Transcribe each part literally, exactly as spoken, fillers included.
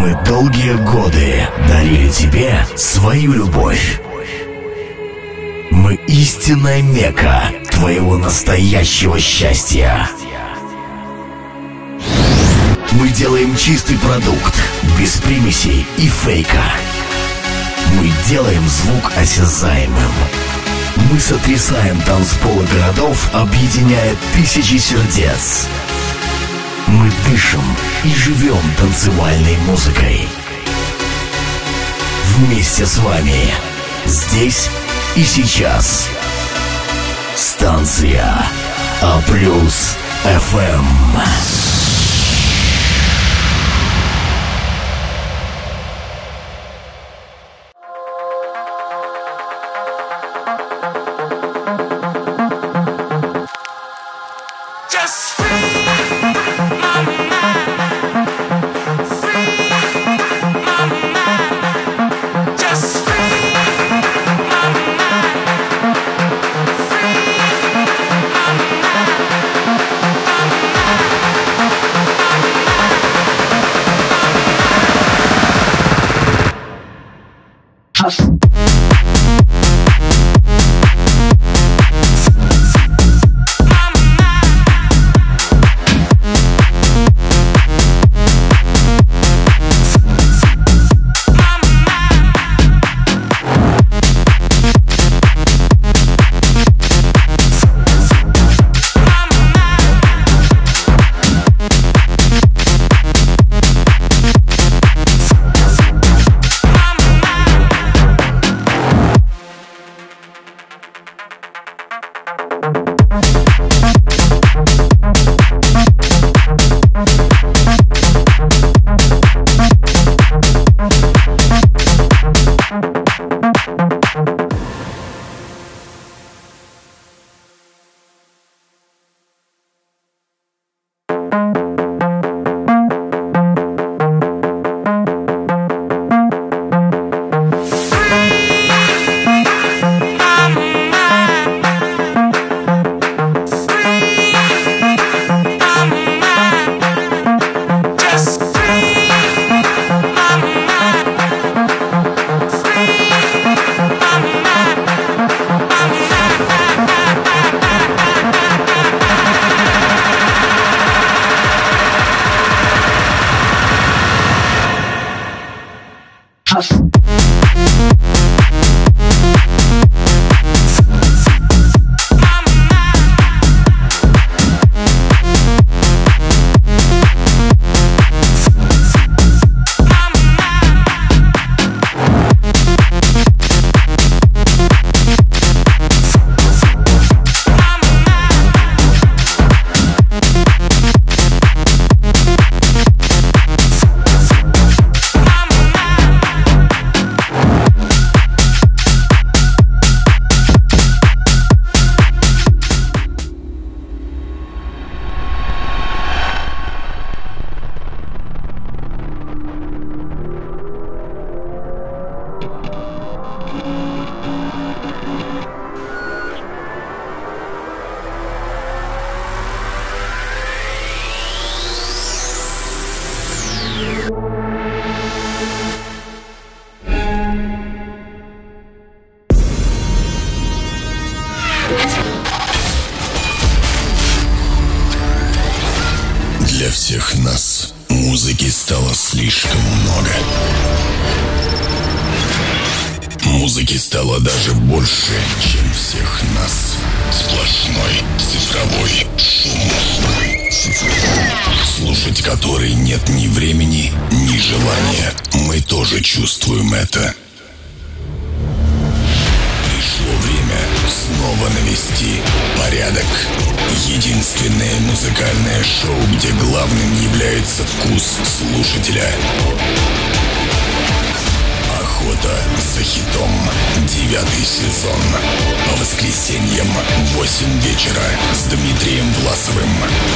Мы долгие годы дарили тебе свою любовь. Мы истинная мекка твоего настоящего счастья. Мы делаем чистый продукт, без примесей и фейка. Мы делаем звук осязаемым. Мы сотрясаем танцполы городов, объединяя тысячи сердец. Мы дышим и живем танцевальной музыкой. Вместе с вами, здесь и сейчас. Станция А плюс эф эм. Для всех нас музыки стало слишком много. Музыки стало даже больше, чем всех нас. Сплошной цифровой шум, слушать который нет ни времени, ни желания. Мы тоже чувствуем это. Пришло время снова навести порядок. Единственное музыкальное шоу, где главным является вкус слушателя. Охота за хитом. Девятый сезон. По воскресеньям в восемь вечера с Дмитрием Власовым.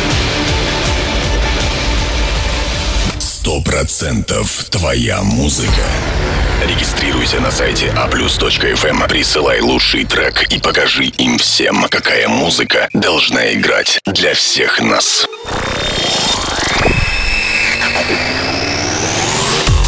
Сто процентов твоя музыка. Регистрируйся на сайте а плюс точка эф эм, присылай лучший трек и покажи им всем, какая музыка должна играть для всех нас.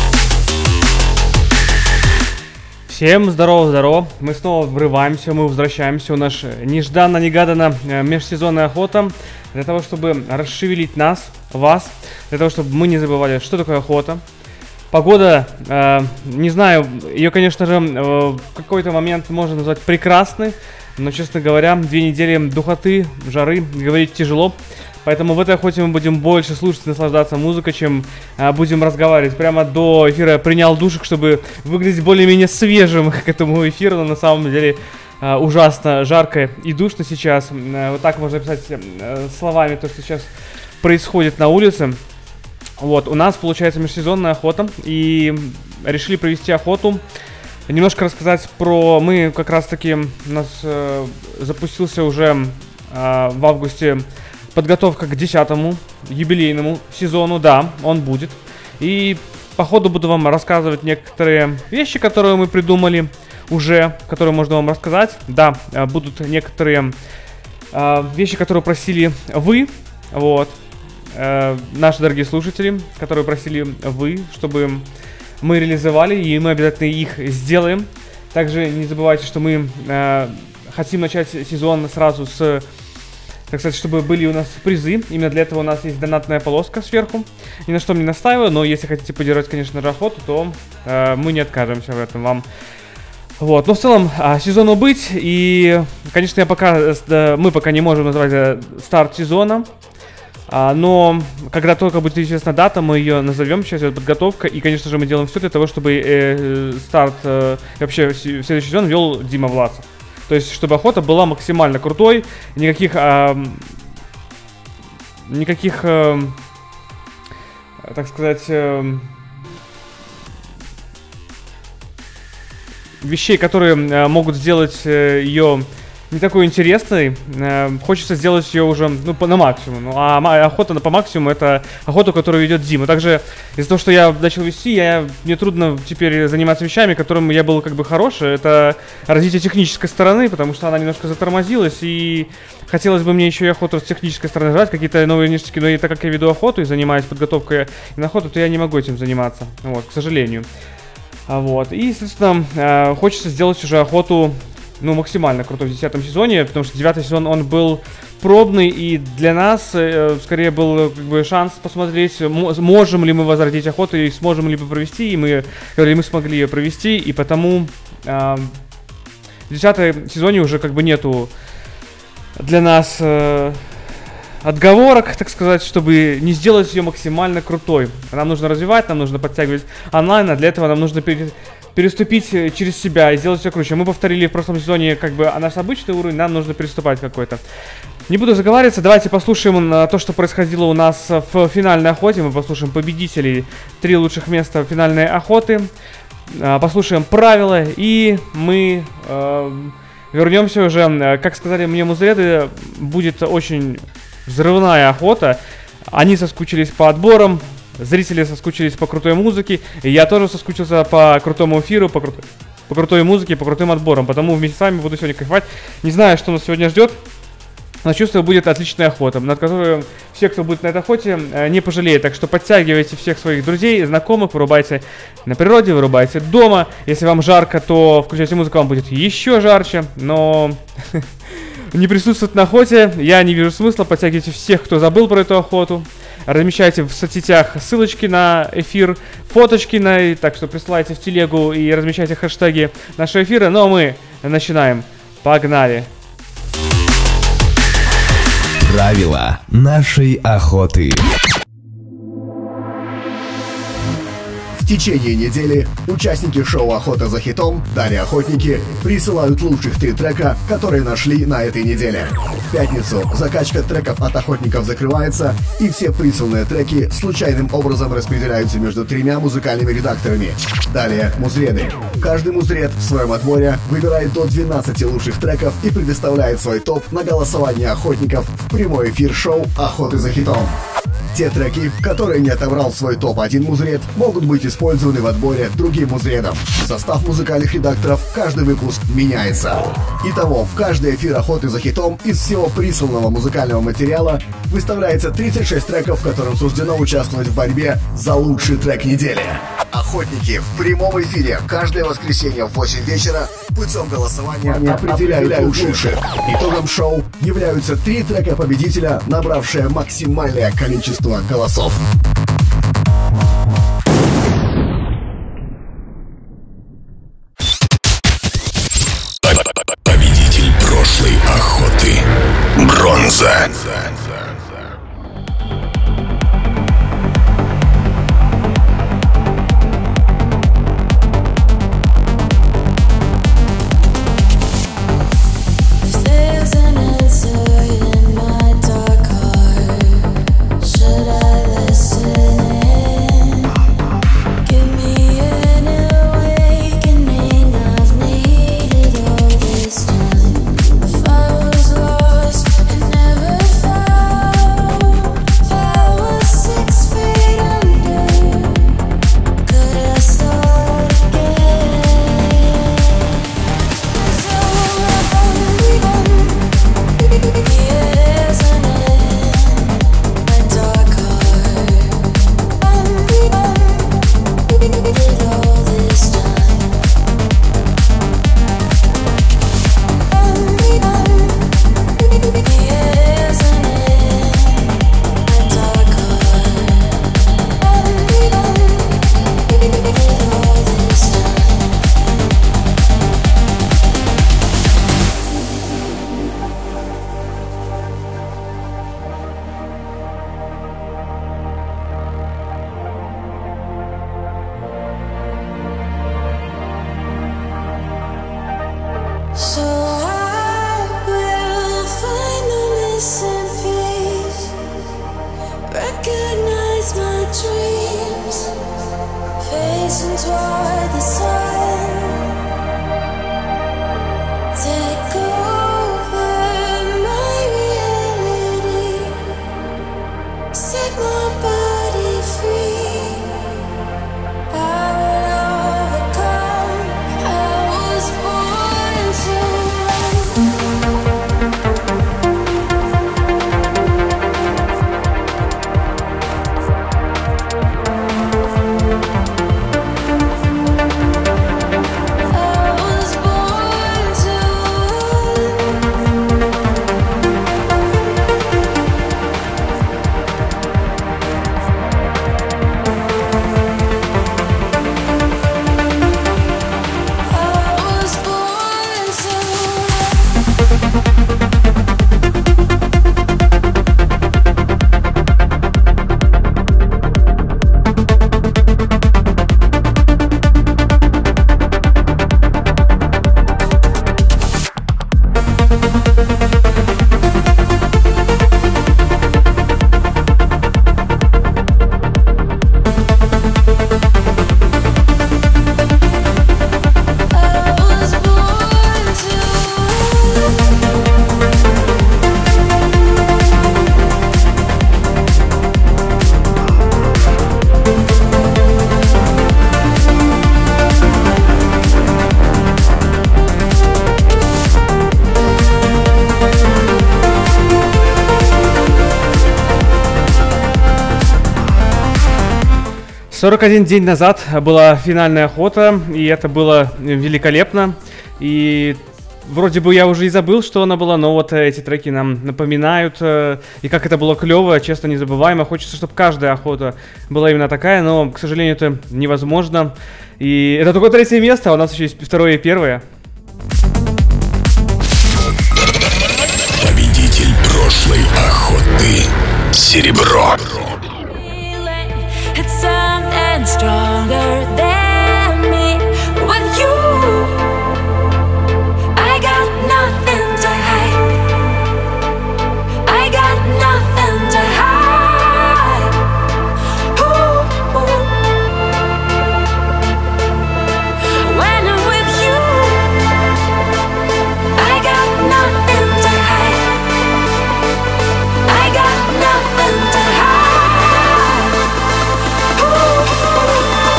Всем здорово-здорово, мы снова врываемся, мы возвращаемся, у нас нежданно-негаданно межсезонная охота, для того, чтобы расшевелить нас, вас, для того, чтобы мы не забывали, что такое охота. Погода, э, не знаю, ее, конечно же, э, в какой-то момент можно назвать прекрасной, но, честно говоря, две недели духоты, жары, говорить тяжело. Поэтому в этой охоте мы будем больше слушать и наслаждаться музыкой, чем а, будем разговаривать. Прямо до эфира я принял душик, чтобы выглядеть более-менее свежим к этому эфиру. Но на самом деле а, ужасно жарко и душно сейчас. А, вот так можно описать а, словами то, что сейчас происходит на улице. Вот, у нас получается межсезонная охота. И решили провести охоту. Немножко рассказать про... Мы как раз-таки... У нас э, запустился уже э, в августе... подготовка к десятому юбилейному сезону, да, он будет. И по ходу буду вам рассказывать некоторые вещи, которые мы придумали уже, которые можно вам рассказать. Да, будут некоторые э, вещи, которые просили вы, вот, э, наши дорогие слушатели, которые просили вы, чтобы мы реализовали, и мы обязательно их сделаем. Также не забывайте, что мы э, хотим начать сезон сразу с... Так сказать, чтобы были у нас призы. Именно для этого у нас есть донатная полоска сверху. Ни на что не настаиваю, но если хотите поддержать, конечно же, охоту, то э, мы не откажемся в этом вам. Вот, но в целом э, сезону быть. И, конечно, я пока, э, мы пока не можем назвать э, старт сезона. Э, но когда только будет известна дата, мы ее назовем. Сейчас идет подготовка. И, конечно же, мы делаем все для того, чтобы э, старт, э, вообще в следующий сезон вел Дима Власов. То есть, чтобы охота была максимально крутой, никаких, э, никаких, э, так сказать, э, вещей, которые э, могут сделать э, ее не такой интересной. Э, хочется сделать ее уже, ну, по, на максимум. Ну, а охота на, по максимуму — это охота, которую ведет Дима. Также из-за того, что я начал вести, я, мне трудно теперь заниматься вещами, которым я был как бы хорош. Это развитие технической стороны, потому что она немножко затормозилась. И хотелось бы мне еще и охоту с технической стороны жрать, какие-то новые ништяки. Но и так как я веду охоту и занимаюсь подготовкой на охоту, то я не могу этим заниматься. Вот, к сожалению. Вот. И, естественно, э, хочется сделать уже охоту... Ну, максимально крутой в десятом сезоне, потому что девятый сезон, он был пробный, и для нас, э, скорее, был как бы шанс посмотреть, можем ли мы возродить охоту, и сможем ли мы провести, и мы, говорили, мы смогли ее провести, и потому э, в десятом сезоне уже как бы нету для нас э, отговорок, так сказать, чтобы не сделать ее максимально крутой. Нам нужно развивать, нам нужно подтягивать онлайн, а для этого нам нужно перейти... переступить через себя и сделать все круче. Мы повторили в прошлом сезоне как бы наш обычный уровень, нам нужно переступать какой-то. Не буду заговариваться, давайте послушаем то, что происходило у нас в финальной охоте. Мы послушаем победителей, три лучших места финальной охоты, послушаем правила, и мы э, вернемся уже. Как сказали мне музреды, будет очень взрывная охота. Они соскучились по отборам. Зрители соскучились по крутой музыке, и я тоже соскучился по крутому эфиру, по, кру... по крутой музыке, по крутым отборам. Потому вместе с вами буду сегодня кайфовать. Не знаю, что нас сегодня ждет, но чувствую, будет отличная охота, над которой все, кто будет на этой охоте, не пожалеет. Так что подтягивайте всех своих друзей, знакомых, вырубайте на природе, вырубайте дома. Если вам жарко, то включайте музыку, вам будет еще жарче, но... не присутствовать на охоте я не вижу смысла. Подтягивайте всех, кто забыл про эту охоту. Размещайте в соцсетях ссылочки на эфир, фоточки, на, так что присылайте в телегу и размещайте хэштеги нашего эфира. Ну а мы начинаем. Погнали! Правила нашей охоты. В течение недели участники шоу «Охота за хитом», далее охотники, присылают лучших три трека, которые нашли на этой неделе. В пятницу закачка треков от охотников закрывается, и все присланные треки случайным образом распределяются между тремя музыкальными редакторами. Далее музреды. Каждый музред в своем отборе выбирает до двенадцати лучших треков и предоставляет свой топ на голосование охотников в прямой эфир шоу «Охоты за хитом». Те треки, которые не отобрал свой топ один музред, могут быть использованы в отборе другим музредом. Состав музыкальных редакторов каждый выпуск меняется. Итого, в каждый эфир «Охоты за хитом» из всего присланного музыкального материала выставляется тридцать шесть треков, которым суждено участвовать в борьбе за лучший трек недели. Охотники в прямом эфире каждое воскресенье в восемь вечера путем голосования определяют лучших. Итогом шоу являются три трека победителя, набравшие максимальное количество голосов. Победитель прошлой охоты. Бронза. сорок один день назад была финальная охота, и это было великолепно. И вроде бы я уже и забыл, что она была, но вот эти треки нам напоминают, и как это было клево, честно, незабываемо. Хочется, чтобы каждая охота была именно такая, но, к сожалению, это невозможно. И это только третье место, а у нас еще есть второе и первое. Победитель прошлой охоты. Серебро. Stronger than me. With you, I got nothing to hide. I got nothing to hide. Ooh, ooh. When I'm with you, I got nothing to hide. I got nothing to hide. Ooh, ooh.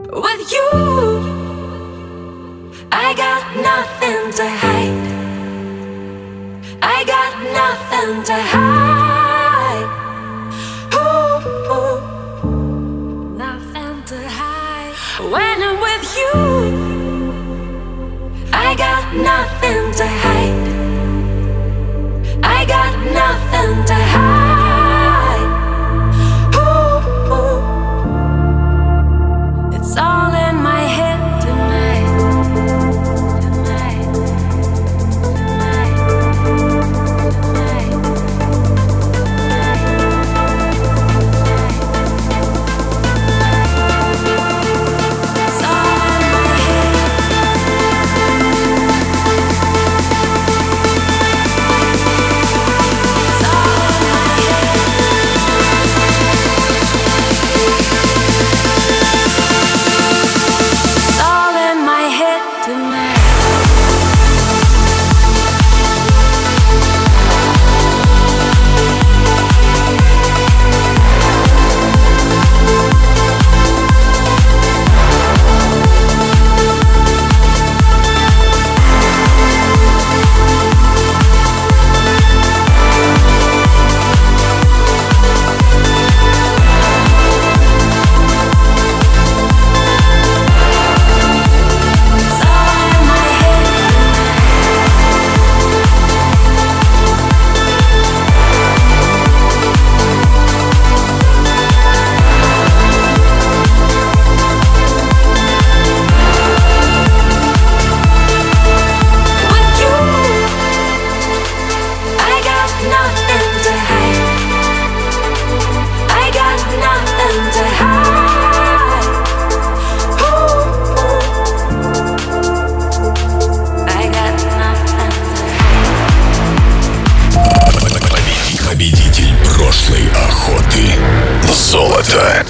With you, I got nothing to hide. I got nothing to hide. Ooh, ooh. Nothing to hide. When I'm with you, I got nothing to hide. I got nothing to hide. Ooh, ooh. It's all in my head tonight. Tonight. Tonight. Tonight. It's all in my head. It's all in my head. It's all in my head tonight. It's all in my head with you. I got nothing to hide. I got nothing to hide. Ooh, ooh. I got nothing to hide. Победитель прошлой охоты. Золото.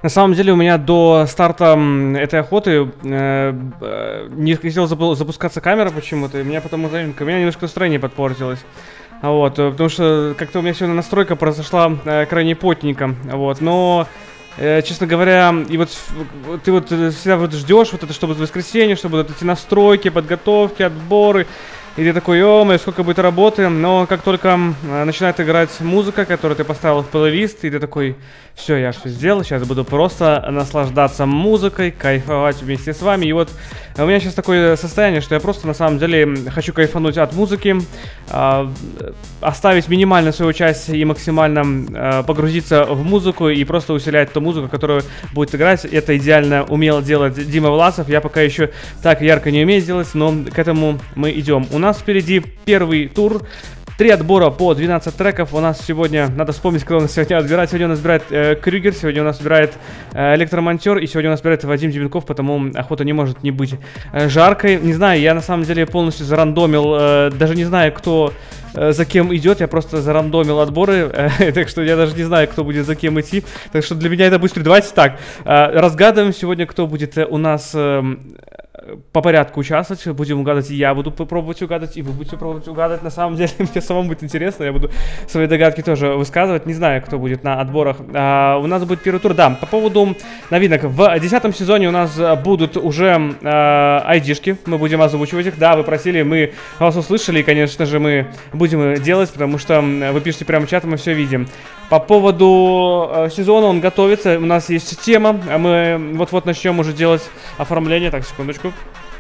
На самом деле у меня до старта этой охоты э, э, не хотела запу- запускаться камера почему-то, и у меня потом у меня немножко настроение подпортилось. Вот, потому что как-то у меня сегодня настройка произошла э, крайне плотненько, вот, но, э, честно говоря, и вот ты вот всегда вот ждешь вот это, чтобы в воскресенье, чтобы вот эти настройки, подготовки, отборы. И ты такой, ё-моё, сколько будет работы, но как только э, начинает играть музыка, которую ты поставил в плейлист, и ты такой, все, я все сделал, сейчас буду просто наслаждаться музыкой, кайфовать вместе с вами. И вот у меня сейчас такое состояние, что я просто на самом деле хочу кайфануть от музыки, э, оставить минимально свою часть и максимально э, погрузиться в музыку и просто усилять ту музыку, которую будет играть. Это идеально умел делать Дима Власов, я пока еще так ярко не умею делать, но к этому мы идем. У нас впереди первый тур, три отбора по двенадцать треков. У нас сегодня, надо вспомнить, кто у нас сегодня отбирает. Сегодня у нас отбирает э, Крюгер, сегодня у нас отбирает э, Электромонтер, и сегодня у нас отбирает Вадим Деменков, потому охота не может не быть э, жаркой. Не знаю, я на самом деле полностью зарандомил, э, даже не знаю, кто э, за кем идет, я просто зарандомил отборы, э, так что я даже не знаю, кто будет за кем идти. Так что для меня это быстро. Давайте так, э, разгадываем сегодня, кто будет у нас... Э, по порядку участвовать, будем угадывать, и я буду пробовать угадывать, и вы будете пробовать угадывать. На самом деле, мне самому будет интересно, я буду свои догадки тоже высказывать. Не знаю, кто будет на отборах. А, у нас будет первый тур, да, по поводу новинок. В десятом сезоне у нас будут уже а, айдишки, мы будем озвучивать их. Да, вы просили, мы вас услышали, и, конечно же, мы будем делать, потому что вы пишете прямо в чат, мы все видим. По поводу э, сезона, он готовится, у нас есть тема, а мы вот-вот начнем уже делать оформление. Так, секундочку.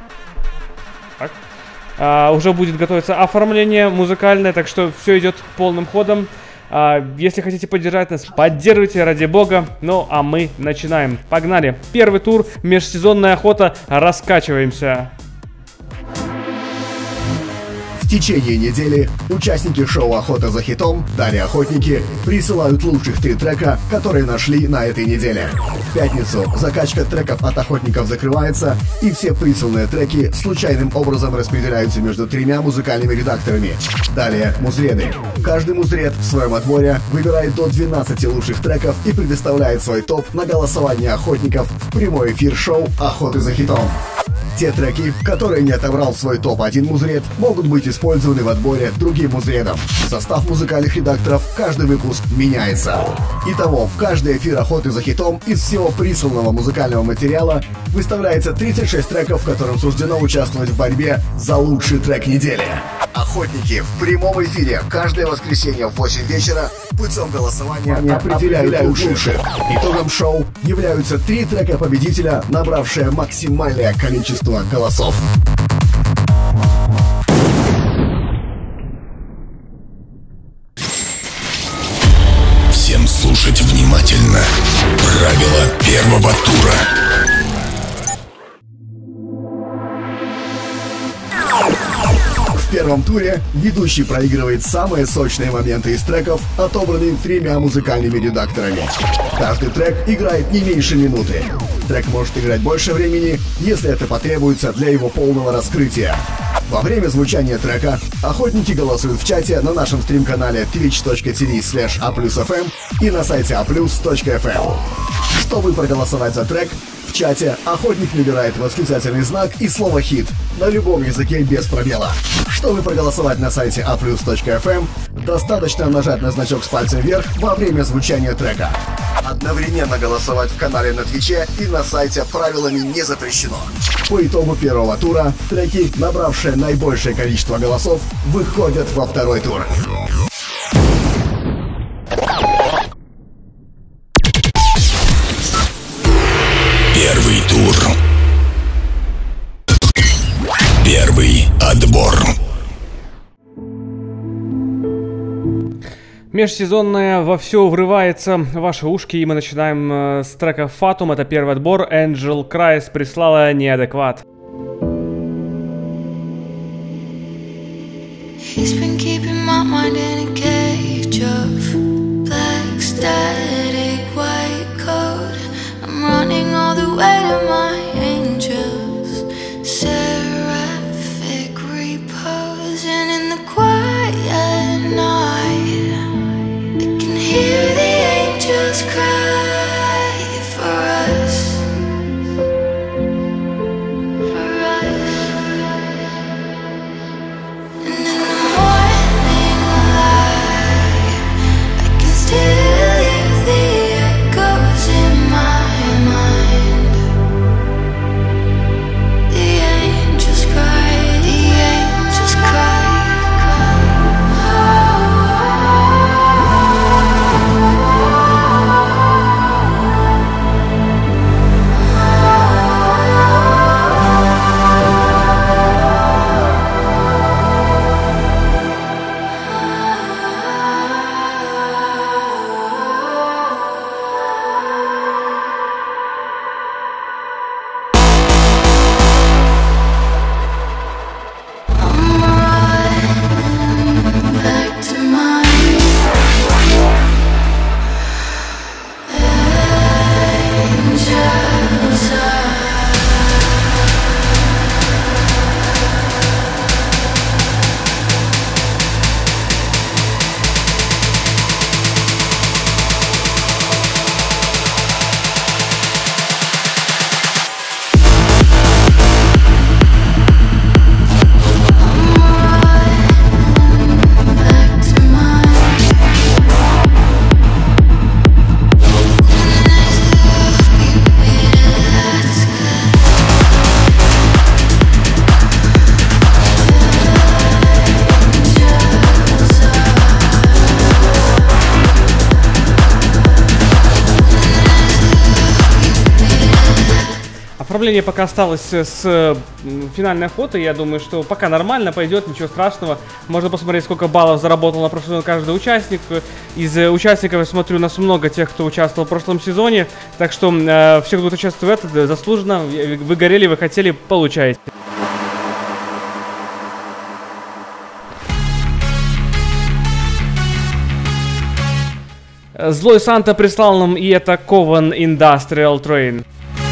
Так. А, уже будет готовиться оформление музыкальное, так что все идет полным ходом. А, если хотите поддержать нас, поддерживайте, ради бога. Ну, а мы начинаем. Погнали. Первый тур, межсезонная охота, раскачиваемся. В течение недели участники шоу «Охота за хитом», далее охотники, присылают лучших три трека, которые нашли на этой неделе. В пятницу закачка треков от охотников закрывается, и все присланные треки случайным образом распределяются между тремя музыкальными редакторами. Далее музреды. Каждый музред в своем отборе выбирает до двенадцати лучших треков и предоставляет свой топ на голосование охотников в прямой эфир шоу «Охоты за хитом». Те треки, которые не отобрал в свой топ один музред, могут быть использованы в отборе другим музредом. Состав музыкальных редакторов каждый выпуск меняется. Итого, в каждый эфир охоты за хитом из всего присланного музыкального материала выставляется тридцать шесть треков, которым суждено участвовать в борьбе за лучший трек недели. Охотники в прямом эфире каждое воскресенье в восемь вечера путем голосования определяют лучших. Итогом шоу являются три трека победителя, набравшие максимальное количество голосов. Всем слушать внимательно. Правила первого тура. В первом туре ведущий проигрывает самые сочные моменты из треков, отобранные тремя музыкальными редакторами. Каждый трек играет не меньше минуты. Трек может играть больше времени, если это потребуется для его полного раскрытия. Во время звучания трека охотники голосуют в чате на нашем стрим-канале twitch точка tv слэш a plus f m и на сайте a plus точка f m. Чтобы проголосовать за трек, в чате охотник набирает восклицательный знак и слово «хит» на любом языке без пробела. Чтобы проголосовать на сайте a plus точка f m, достаточно нажать на значок с пальцем вверх во время звучания трека. Одновременно голосовать в канале на Твиче и на сайте правилами не запрещено. По итогу первого тура треки, набравшие наибольшее количество голосов, выходят во второй тур. Первый тур. Первый отбор. Межсезонная вовсю врывается в ваши ушки, и мы начинаем э, с трека Fatum. Это первый отбор. Angel Cries прислала неадекват. He's been keeping my mind in a cage of black static white coat. I'm running all the way to my angels. Seraphic reposing in the quiet night. I can hear the angels cry for оформление пока осталось с финальной охоты. Я думаю, что пока нормально пойдет, ничего страшного. Можно посмотреть, сколько баллов заработал на прошлый сезон каждый участник. Из участников, я смотрю, у нас много тех, кто участвовал в прошлом сезоне. Так что э, все, кто участвует в этом, заслуженно. Вы горели, вы хотели, получаете. Злой Санта прислал нам, и это Coven Industrial Train.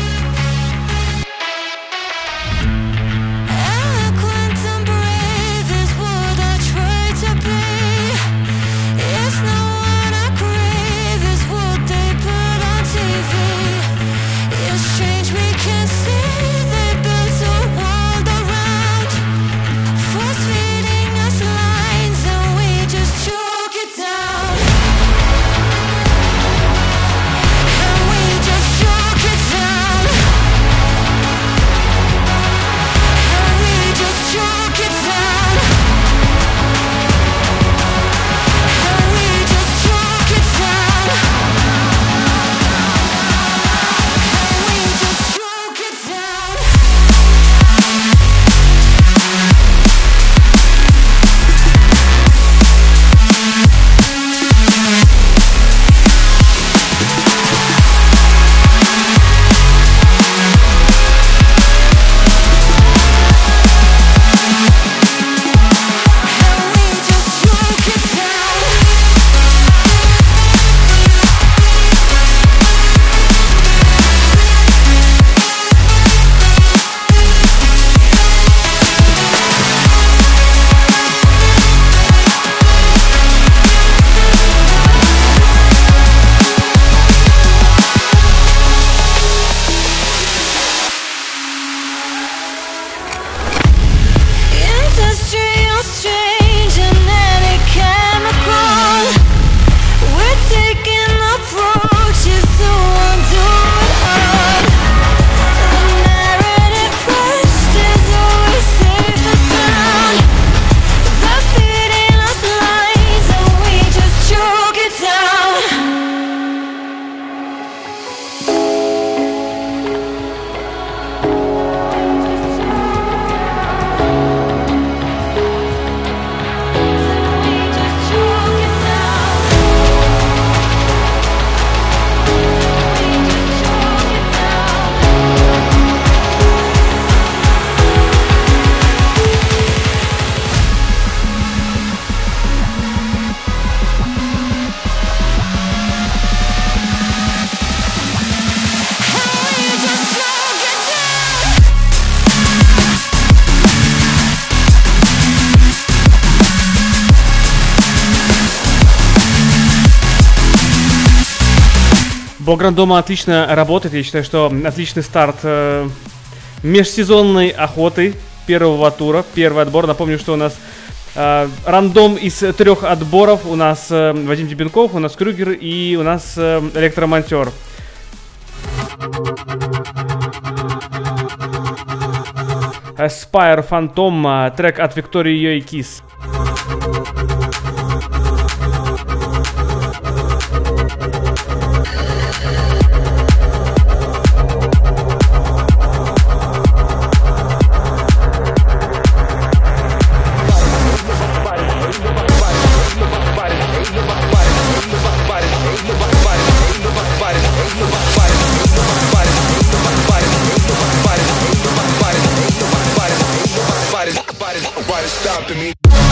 Бог рандома отлично работает. Я считаю, что отличный старт э, межсезонной охоты первого тура, первый отбор. Напомню, что у нас э, рандом из трех отборов. У нас э, Вадим Дебенков, у нас Крюгер и у нас э, Электромонтер. Aspire Phantom, трек от Виктории Йой Кис. Stopping me.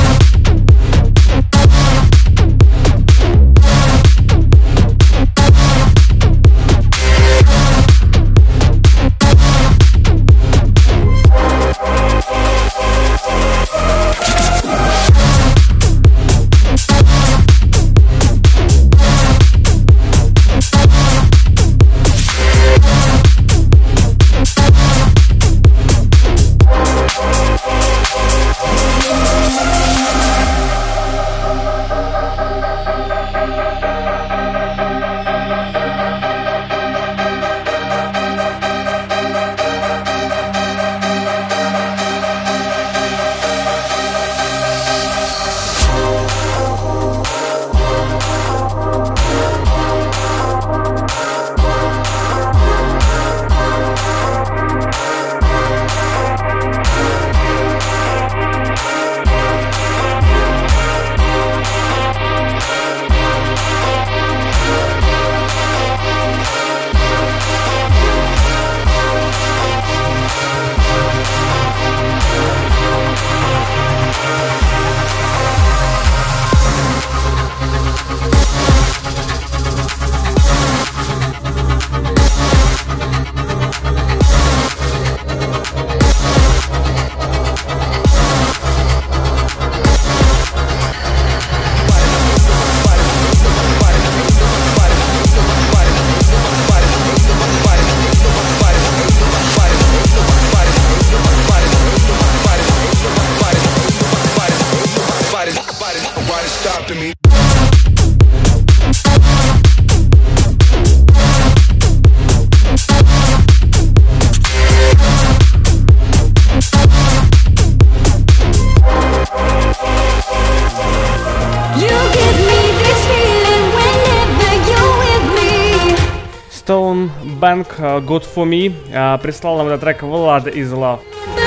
Tom Bank, uh, Good For Me, uh, прислал нам этот трек Vlad Is Love.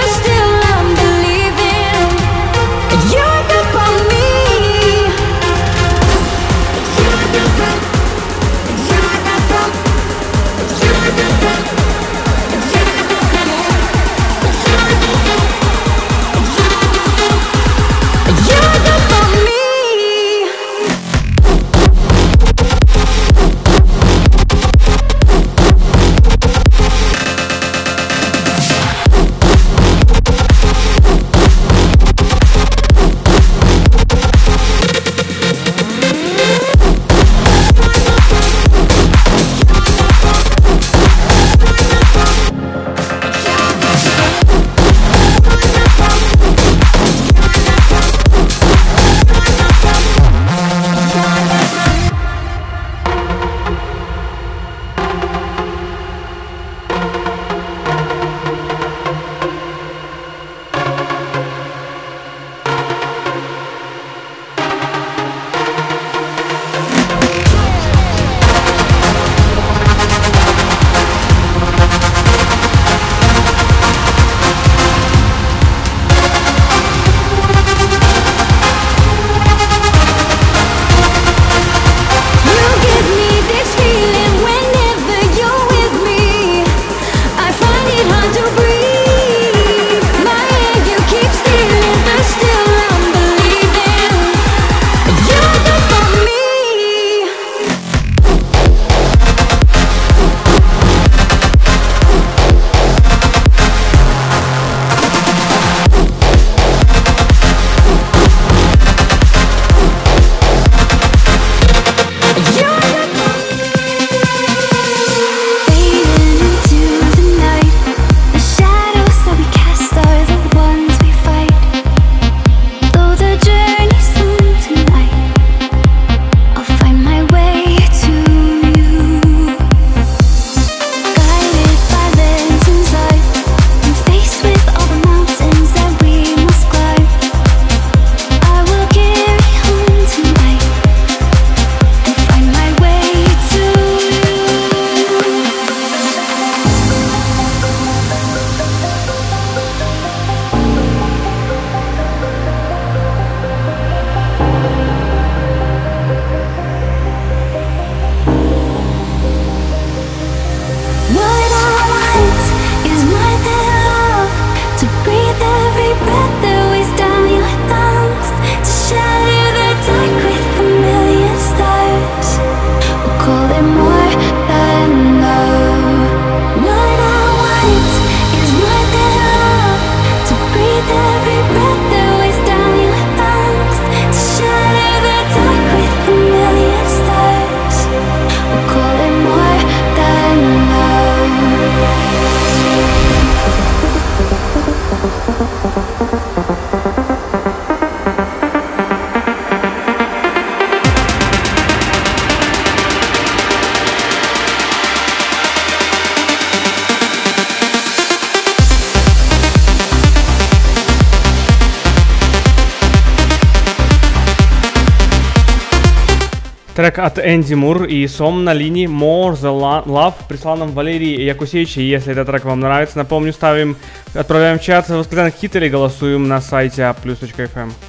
Трек от Энди Мур и Сом на линии More The Love прислал нам Валерий Якусевич. И если этот трек вам нравится, напомню, ставим, отправляем в чат восклицательный хит или голосуем на сайте а плюс точка эф эм.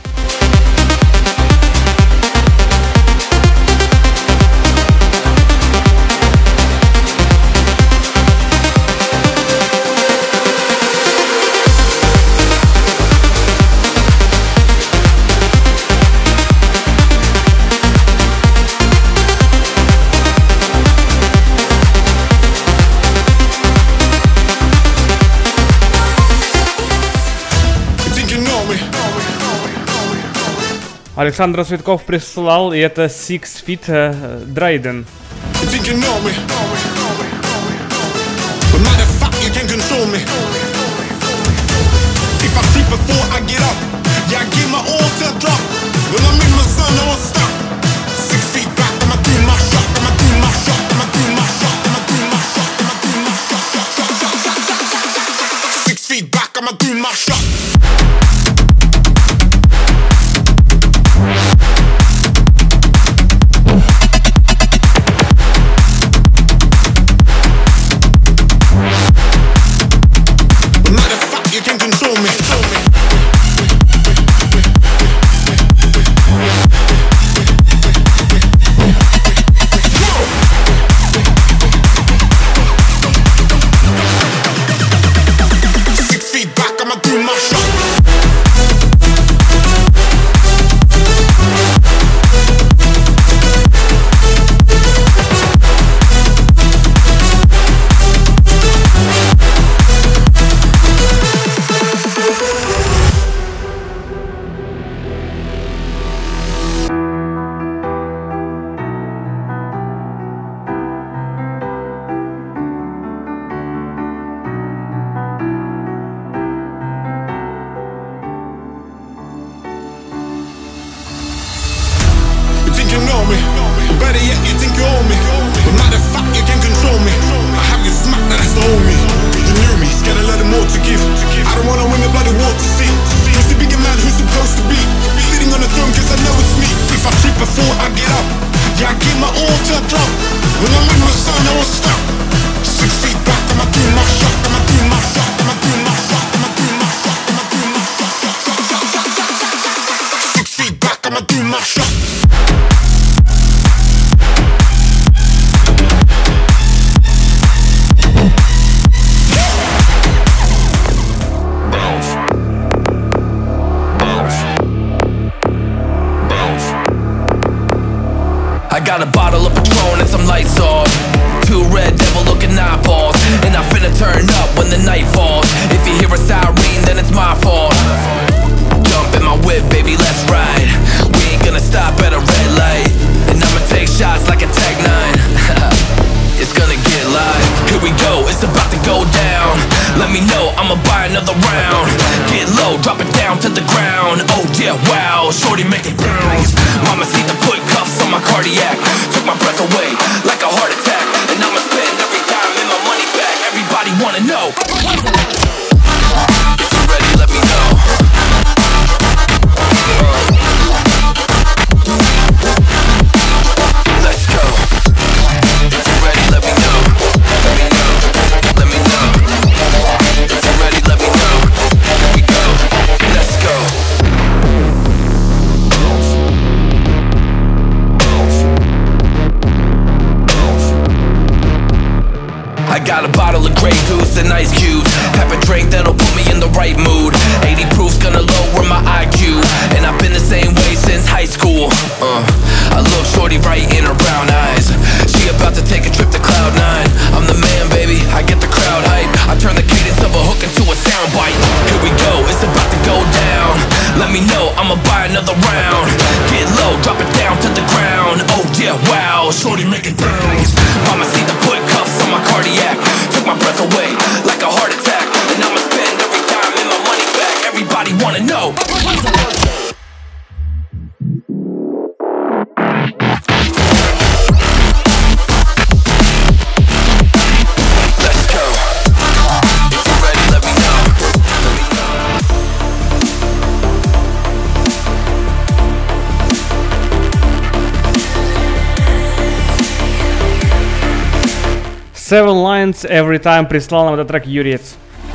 Александр Цветков прислал, и это Six Feet uh, Dryden. know I'ma buy another round. Get low, drop it down to the ground. Oh yeah, wow, shorty make it bounce. Mama see the put cuffs on my cardiac. Took my breath away like a heart attack. And I'ma spend every dime and my money back. Everybody wanna know. If you're ready, let me know. Let's go. If you're ready, let me know. Let me know. Let me know. If you're ready, let me know. Here we go. Let's go. I got a bottle of Grey Goose and ice cubes. Have a drink that'll put me in the right mood. eighty proof's gonna lower my I Q. And I've been the same way since high school. uh, I look shorty right in her brown eyes. She about to take a trip to cloud nine. I'm the man, baby, I get the crowd hype. I turn the cadence of a hook into a soundbite. Here we go, it's about to go down. Let me know, I'ma buy another round. Get low, drop it down to the ground. Oh yeah, wow, shorty make it bounce. Mama see the put cuffs on my cardiac. Took my breath away like a heart attack. And I'ma spend every dime and my money back. Everybody wanna know. Let's go. If you're ready, let me know. Let me know. Seven Lines Every Time прислал нам этот трек Юрец.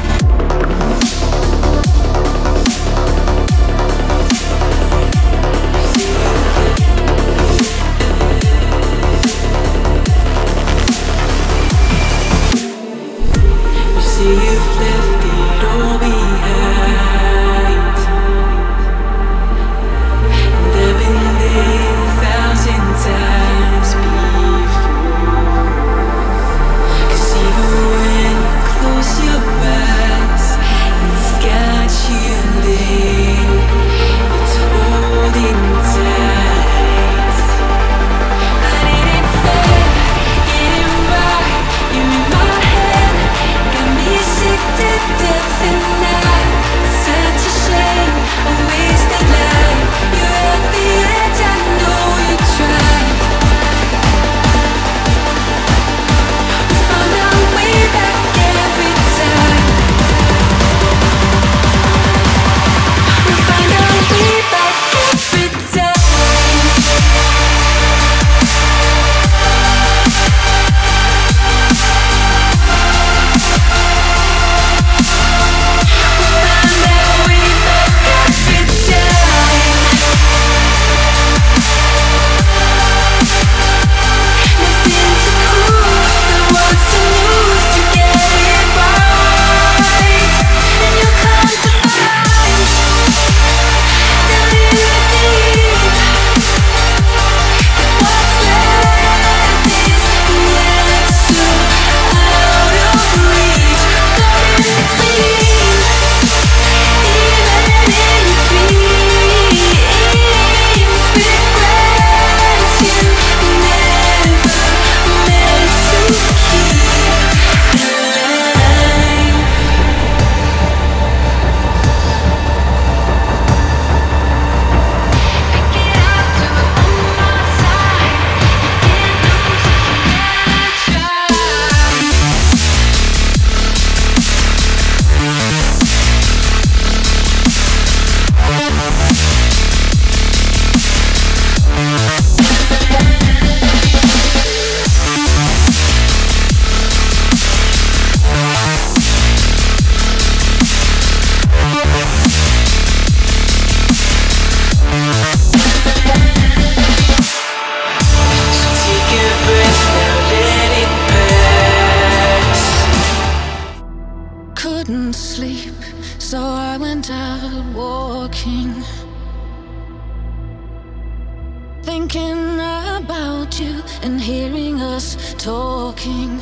Thinking about you and hearing us talking,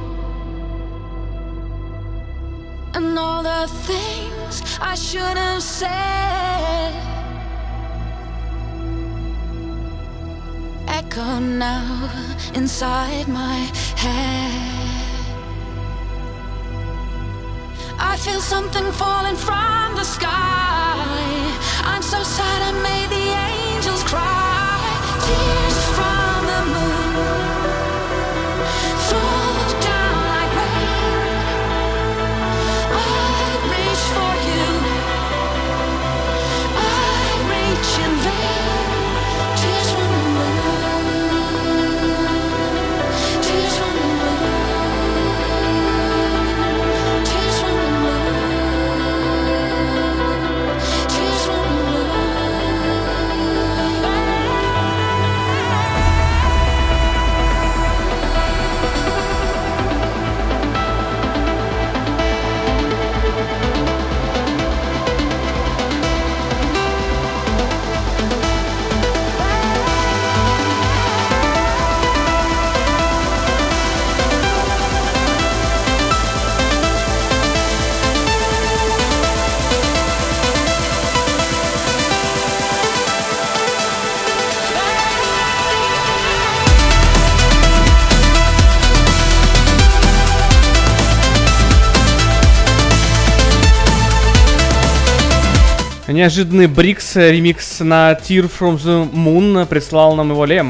and all the things I should have said echo now inside my head. I feel something falling from the sky. I'm so sad I made the angels cry. Tears from the moon fall down like rain. I reach for you, I reach in vain. Tears from the moon, tears from the moon, tears from the moon, tears from the moon. Неожиданный Брикс ремикс на Tear from the Moon прислал нам его Лем.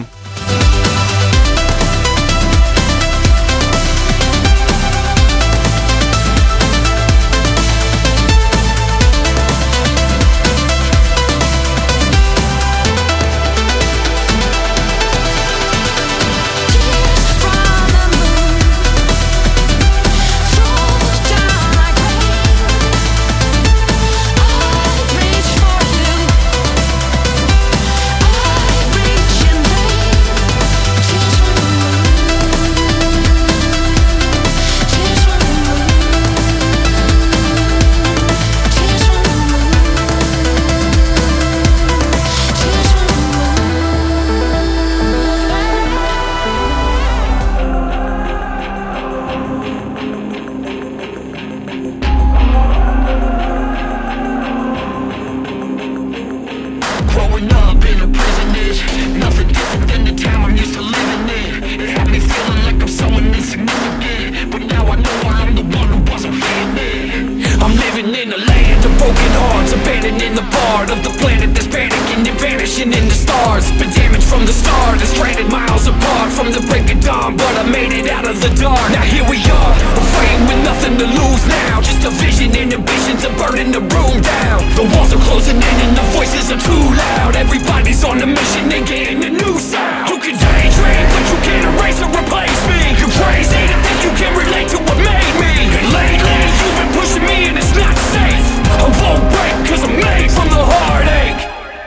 Growing up in a prison is nothing different than the town I'm used to living in. It had me feeling like I'm someone insignificant, but now I know I'm the one who wasn't fitting in. I'm living in a land of broken hearts, abandoning the part of the planet that's panicking and vanishing in the stars. Been damaged from the start and stranded miles apart from the break of dawn, but I made it out of the dark. Now here we are, afraid with nothing to lose now. Just a vision, inhibitions are burning the room down. The walls are closing in and the voices are too loud. Everybody's on a mission and getting a new sound. You can daydream, but you can't erase or replace me. You're crazy to think you can relate to what made me. And lately, you've been pushing me and it's not safe. I won't break cause I'm made from the heartache.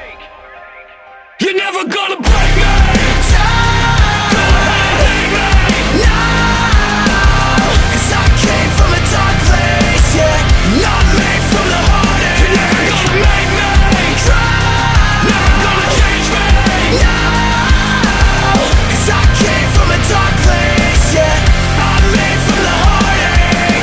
You're never gonna break me. Go ahead, hate me. No, cause I came from a dark place, yeah. Not made from the heartache. You're never gonna make me try. Never gonna change me. No, cause I came from a dark place, yeah. I'm made from the heartache.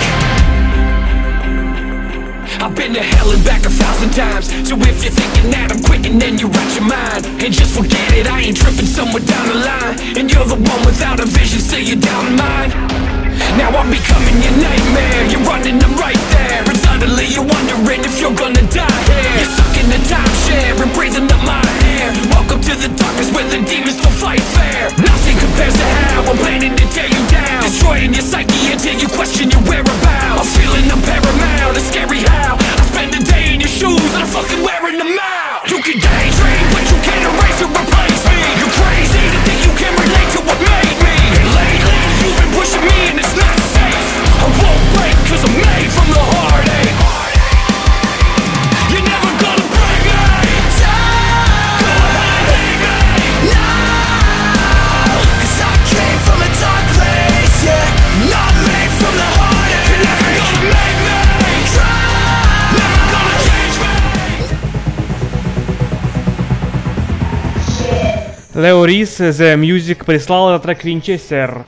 I've been to hell and back a thousand times. So if you're thinking that I'm quitting, then you're out your mind. And just forget it, I ain't tripping somewhere down the line. And you're the one without a vision, still you're down in mine. Now I'm becoming your nightmare. You're running, I'm right there. And suddenly you're wondering if you're gonna die here. You're stuck in the timeshare and breathing up my air. Welcome to the darkness where the demons still fight fair. Nothing compares to how I'm planning to tear you down, destroying your psyche until you question your whereabouts. I'm feeling I'm paramount, it's scary how I spend the day in your shoes and I'm fucking wearing them out. You can daydream, but you can't erase or replace me. You're crazy to think you can relate to what made me. And lately, you've been pushing me and it's not safe. I won't break cause I'm made from the heartache. You're never gonna break me. Go ahead, hate me. No, cause I came from a dark place, yeah. Not made from the heartache. You're never gonna make me try. Never gonna change me. Лео Рис, The Music, прислал этот трек Винчестер.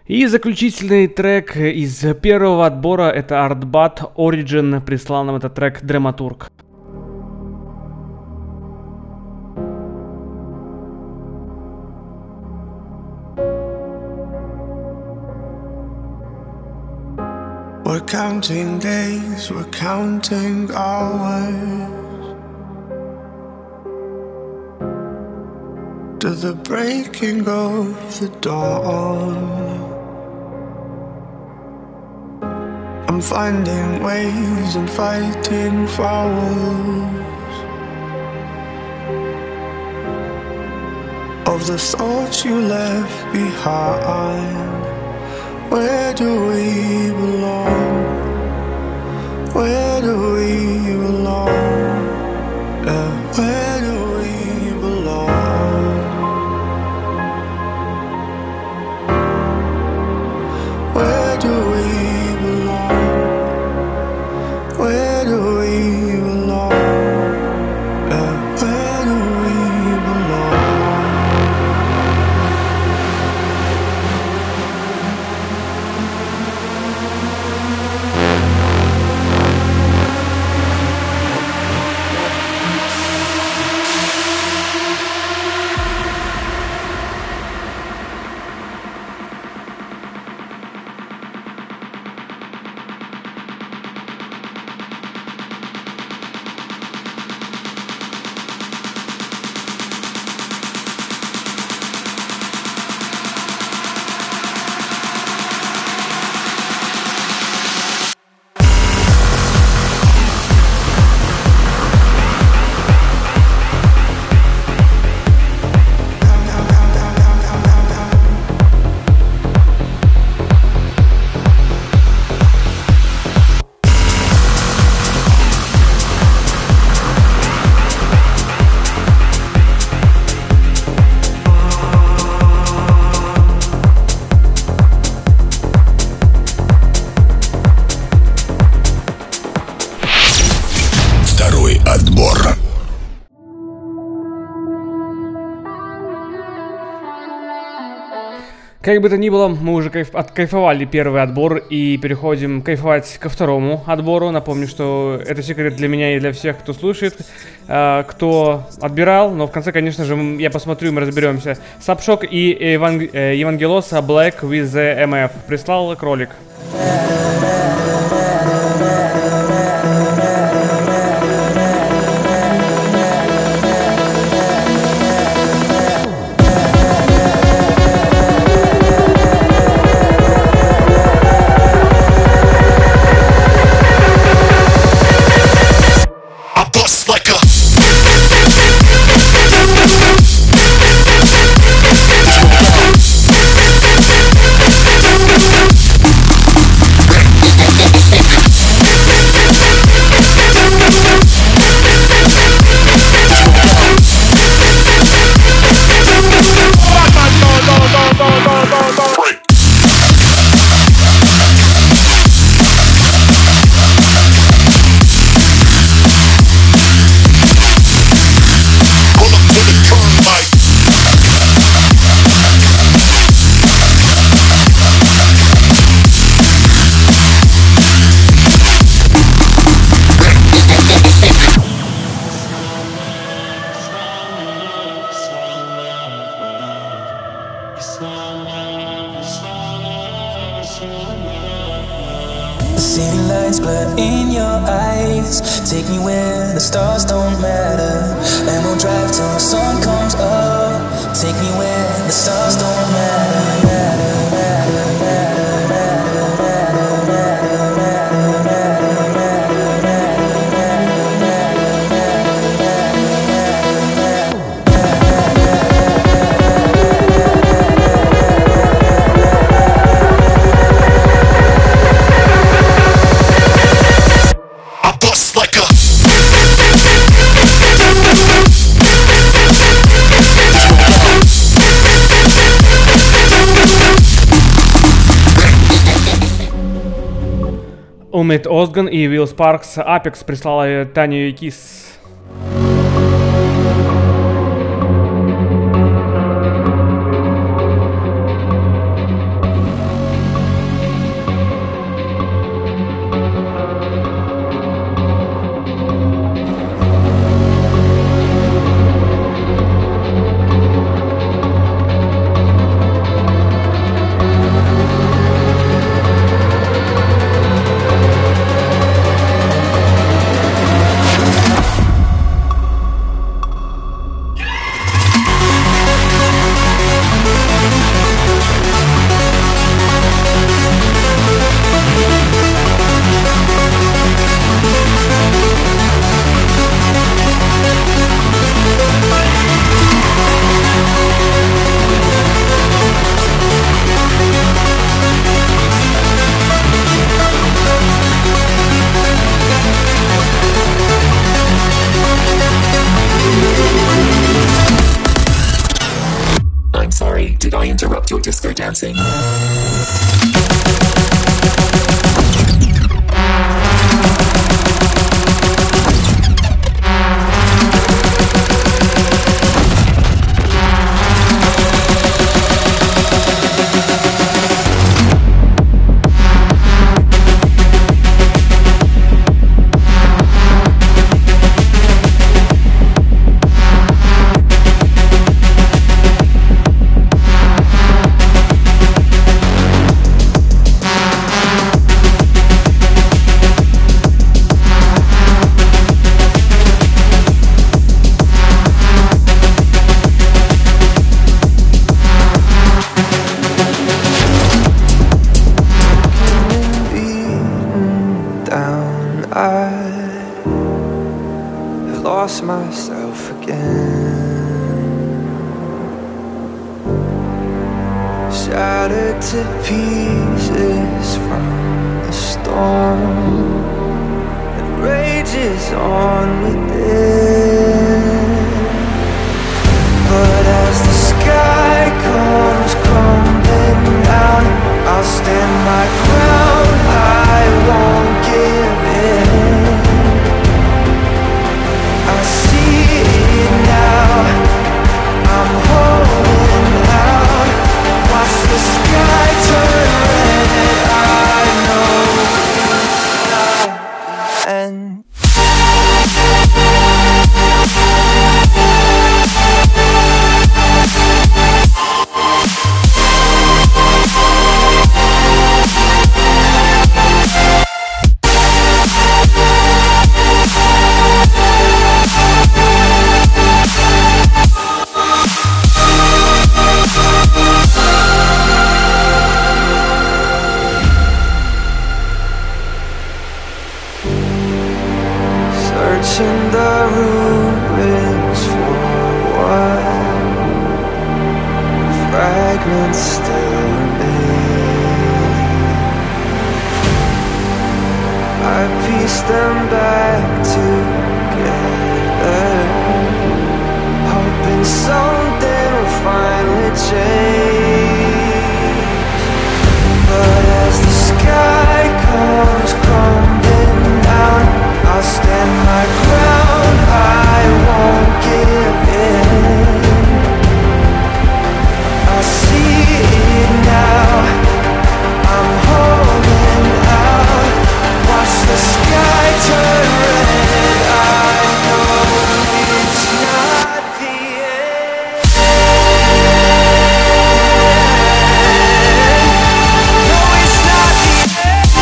И заключительный трек из первого отбора — это Artbat Origin. Прислал нам этот трек Драматург. We're counting days, we're counting hours to the breaking of the dawn. I'm finding ways and fighting fouls of the thoughts you left behind. Where do we belong? Where do we belong? Yeah, where do we belong? Where do we belong? Where do we belong? Yeah, where do we belong? Как бы то ни было, мы уже кайф- откайфовали первый отбор и переходим кайфовать ко второму отбору. Напомню, что это секрет для меня и для всех, кто слушает, э, кто отбирал. Но в конце, конечно же, я посмотрю, мы разберемся. Сабшок и Еван- э, Евангелос Black with the эм эф. Прислал кролик. City lights blur in your eyes. Take me where the stars don't matter, and we'll drive till the sun comes up. Take me where the stars don't matter, matter, matter, matter, matter, matter, matter, matter, matter, matter, matter. Умит Озган и Will Sparks. Apex прислала Таню и Кис. sorry, did I interrupt your disco dancing? Myself again, shattered to pieces from the storm that rages on within. But as the sky comes crumbling down, I'll stand my ground, I won't give in. I see it now, I'm holding out. Watch the sky turn red, I know it's not the end. Searching the ruins for what fragments still remain. I piece them back together, hoping something will finally change. But as the sky comes crumbling down, I'll stand my ground, I won't give in. I see it now, I'm holding out. Watch the sky turn red, I know it's not the end. No, it's not the end.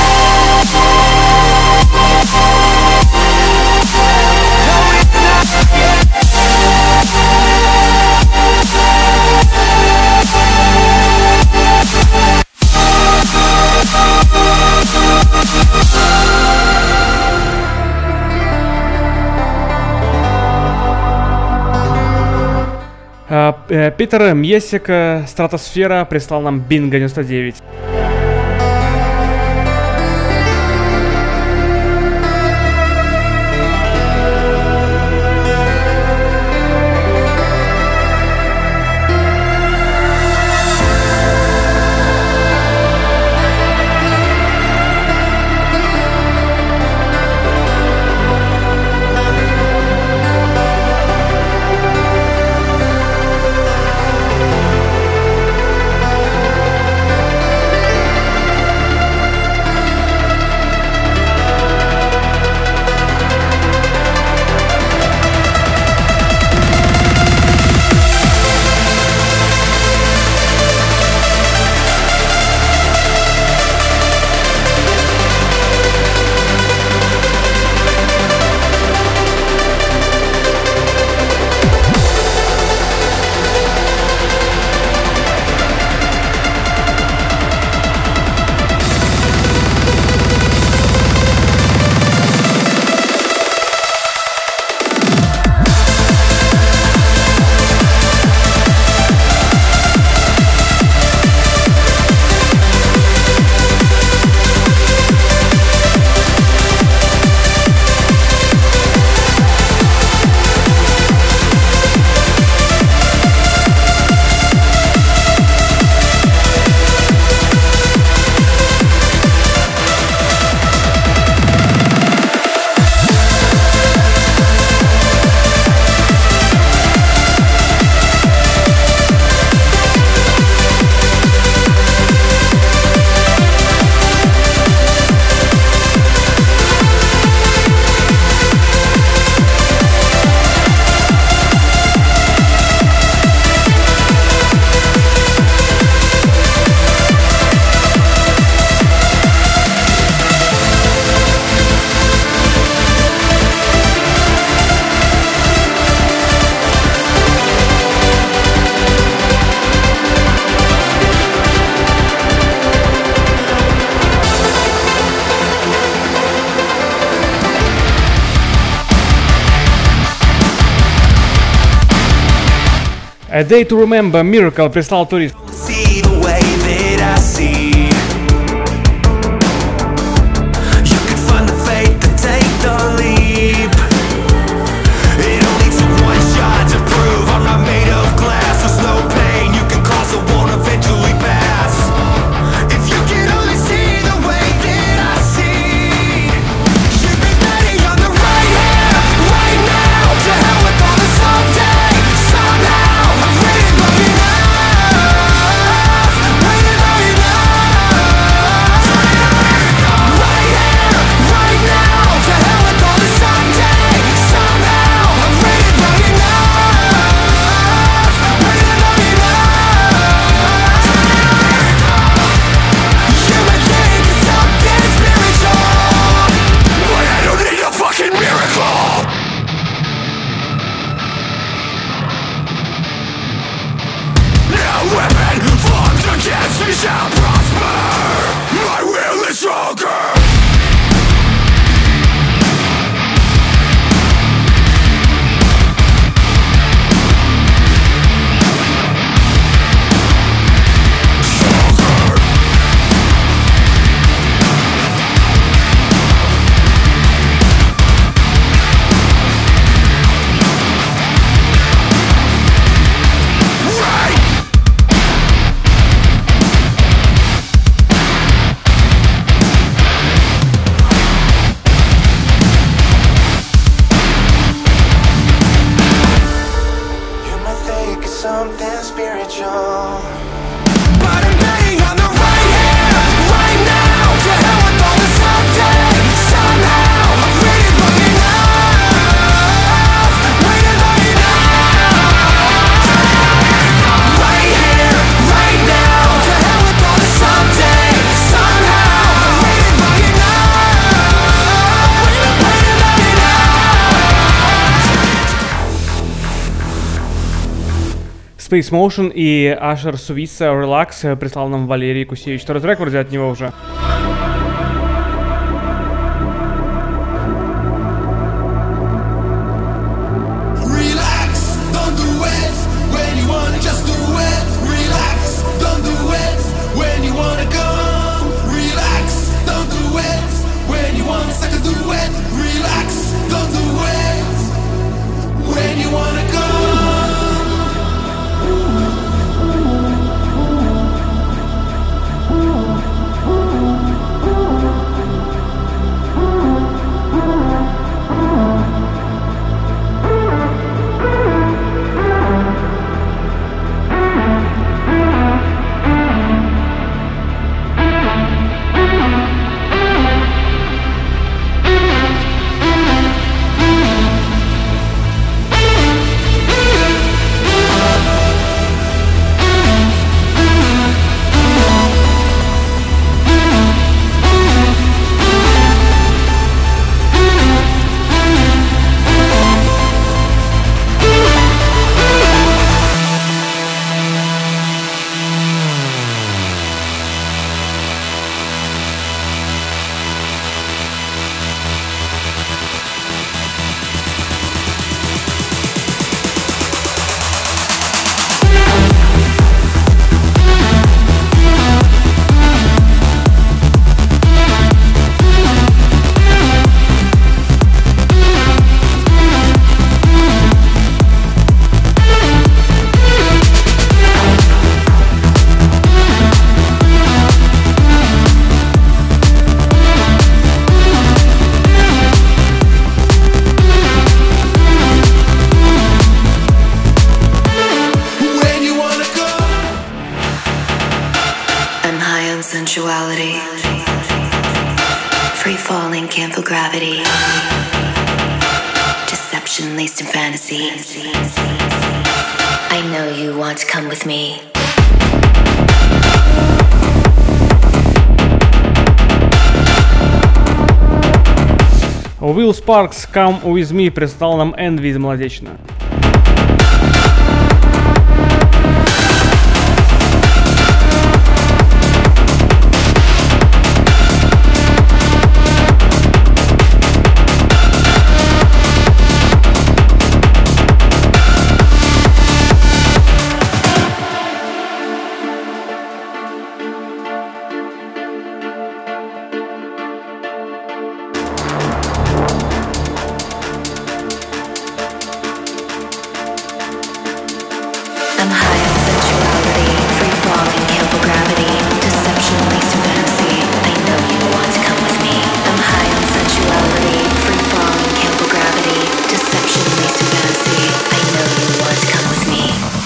Питер Мьесик, Стратосфера, прислал нам Бинго девяносто девять. A Day to Remember, Miracle прислал турист. Space Motion и Ашер Сувиса Relax прислал нам Валерий Кусевич. Второй трек вроде от него уже. Gravity, deception laced in fantasy. I know you want to come with me. Will Sparks, Come With Me прислал нам Envy из Молодечно. sensuality, free falling, can't feel gravity, deception leads to fantasy. I know you want to come with me. I'm high on sensuality, free falling, can't feel gravity, deception leads to fantasy. I know you want to come with me.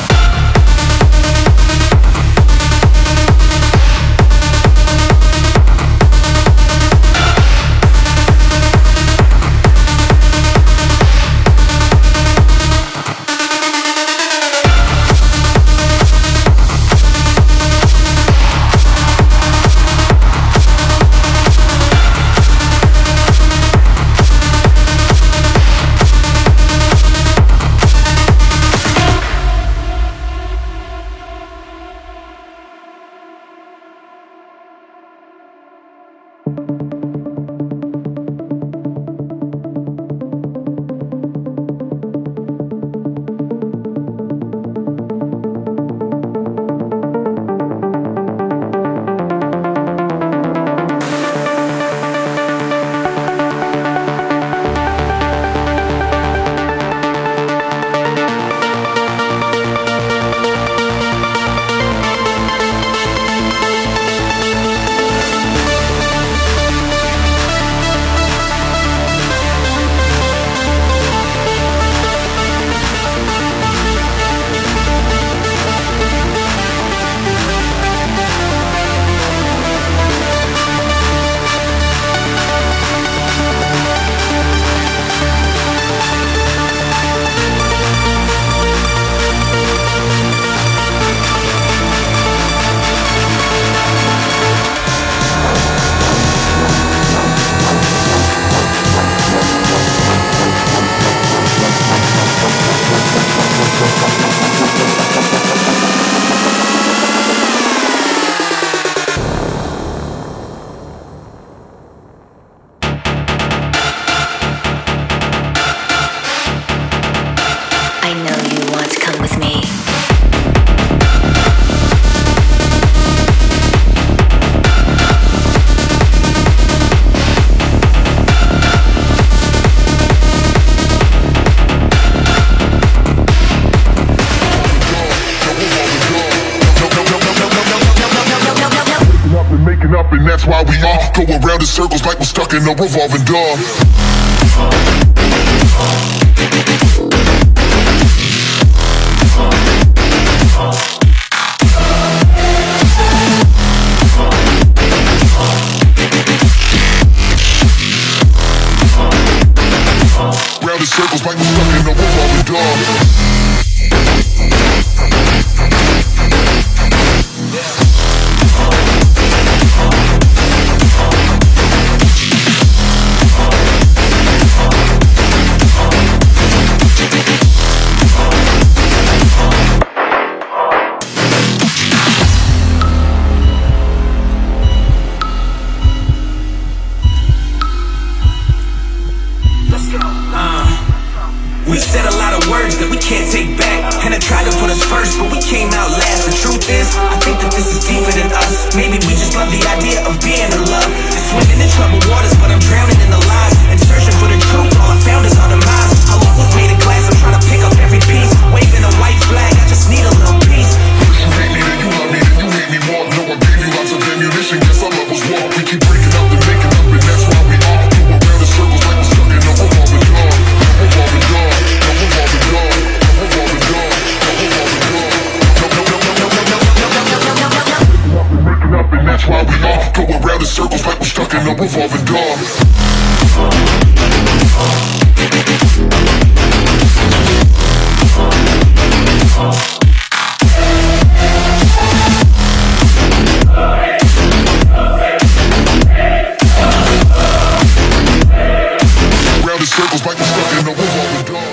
And that's why we all go around in circles like we're stuck in a revolving door. Round in circles like we're stuck in a revolving door. We said a lot of words that we can't take back, and I tried to put us first, but we came out last. The truth is, I think that this is deeper than us. Maybe we just love the idea of being in love and swimming in troubled waters, but I'm drowning in the lies and searching for the truth. All I found is our demise. Our love was made of glass. I'm trying to pick up every piece, waving a white flag. I just need a little peace. You hate me, then you love me, then you hate me more. No, I gave you lots of ammunition. Guess our love was war. We keep breaking up and making up, and that's why we all go around in circles like we're stuck in a revolving door. Revolving door. And that's why we all go around in circles like we're stuck in a revolving door. Round in circles like we're stuck in a revolving door.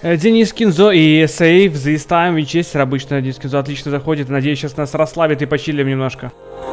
Денис Кинзо и Save This Time Winchester. Обычно Денис Кинзо отлично заходит. Надеюсь, сейчас нас расслабит и почилим немножко.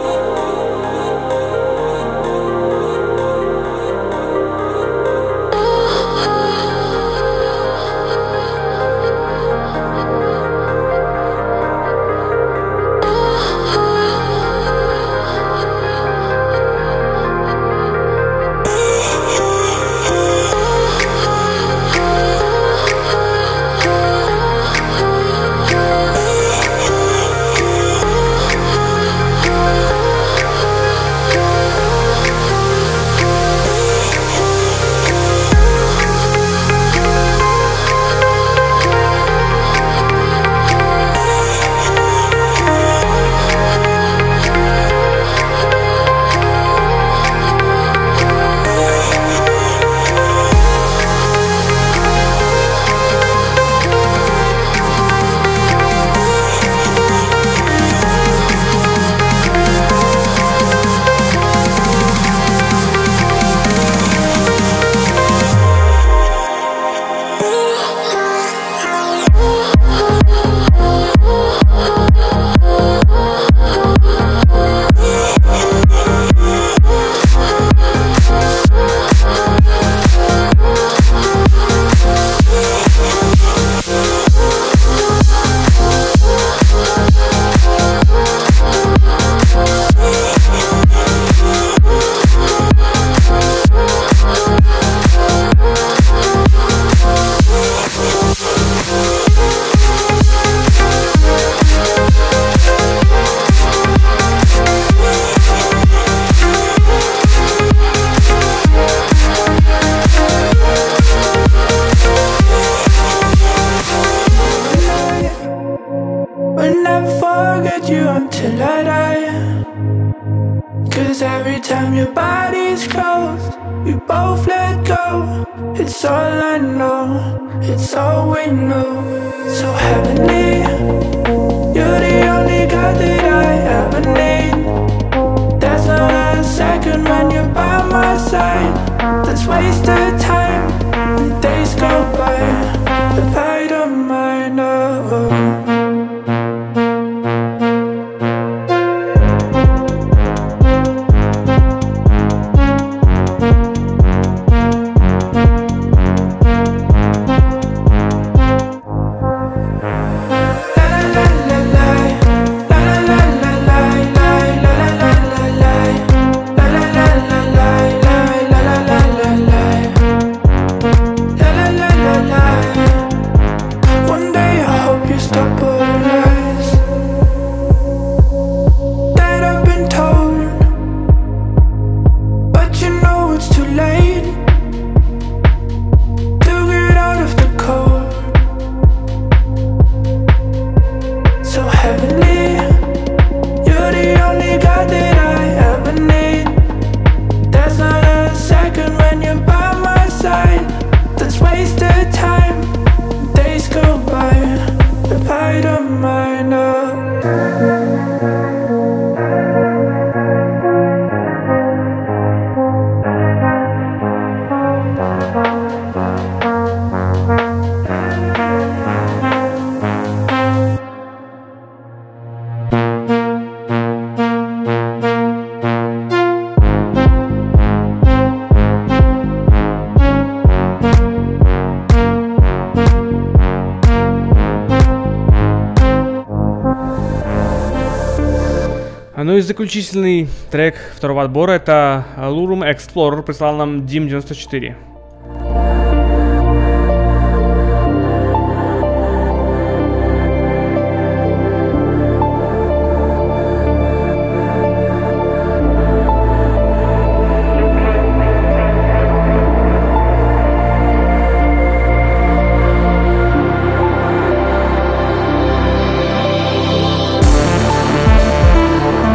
Ну и заключительный трек второго отбора — это Lurum Explorer, прислал нам Дим девяносто четыре.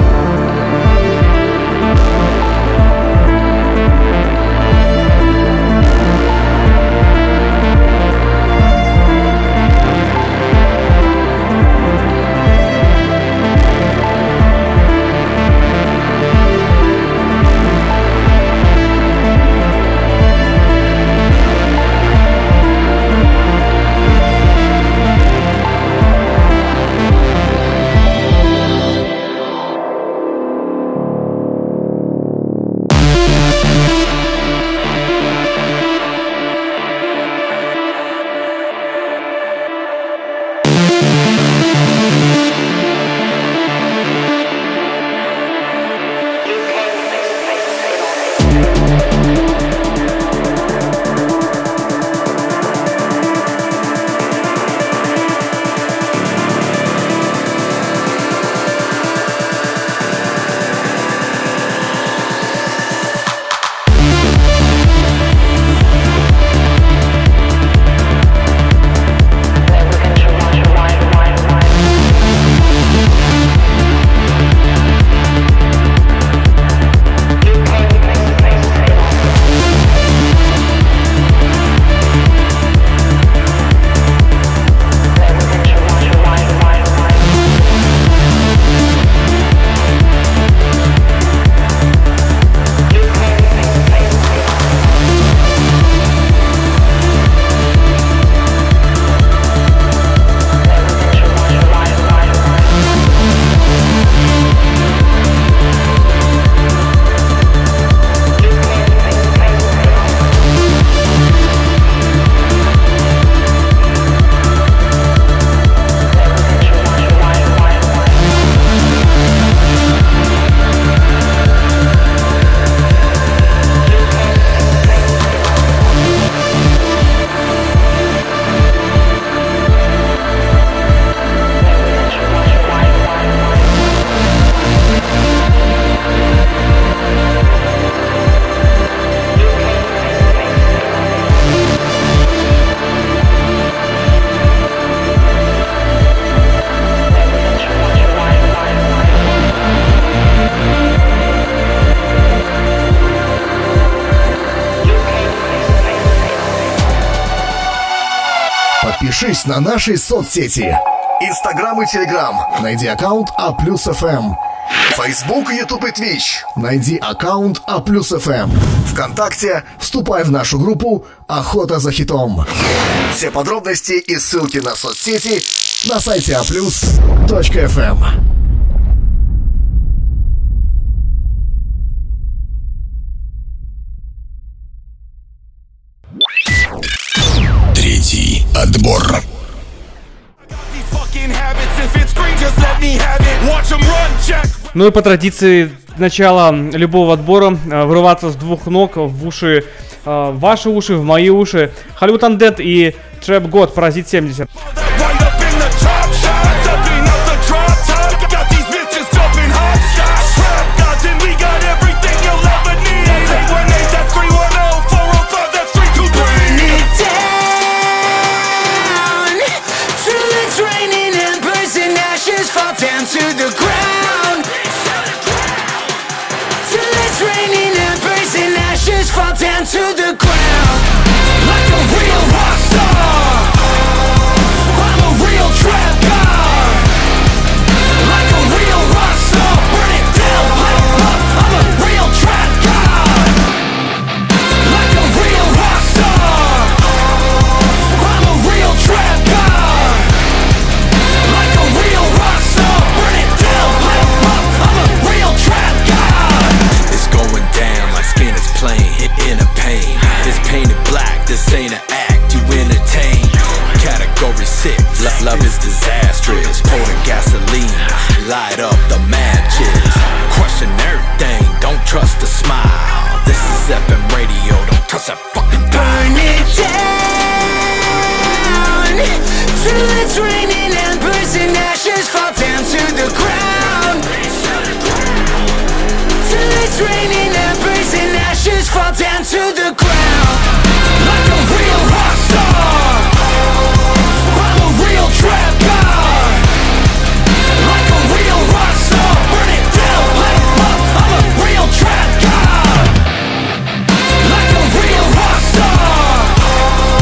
We'll be right back. Подпишись на наши соцсети. Инстаграм и Телеграм. Найди аккаунт А плюс эф эм. Фейсбук, Ютуб и Твич. Найди аккаунт А плюс эф эм. ВКонтакте вступай в нашу группу «Охота за хитом». Все подробности и ссылки на соцсети на сайте а плюс точка эф эм. Третий отбор. Ну и по традиции начала любого отбора э, врываться с двух ног в уши, э, в ваши уши, в мои уши. Hollywood Undead и Trap God, Паразит семьдесят. To the ground, like a real rock star. I'm a real trap god, like a real rock star. Burn it down, light up. I'm a real trap god, like a real rock star. I'm a real trap god, like a real rock star. Burn it down, light up. I'm a real trap god. It's going down like skin is plain. In a pain, this painted black, this ain't an act, you entertain. Category six, love, love is disastrous. Pouring gasoline, light up the matches. Question everything, don't trust a smile. This is F M radio, don't touch that fucking dial. Burn it down, till it's raining embers and ashes fall down to the ground. Till it's raining embers and ashes fall down to the ground, like a real rock star. I'm a real trap god, like a real rock star. Burn it down, light up. I'm a real trap god, like a real rock star.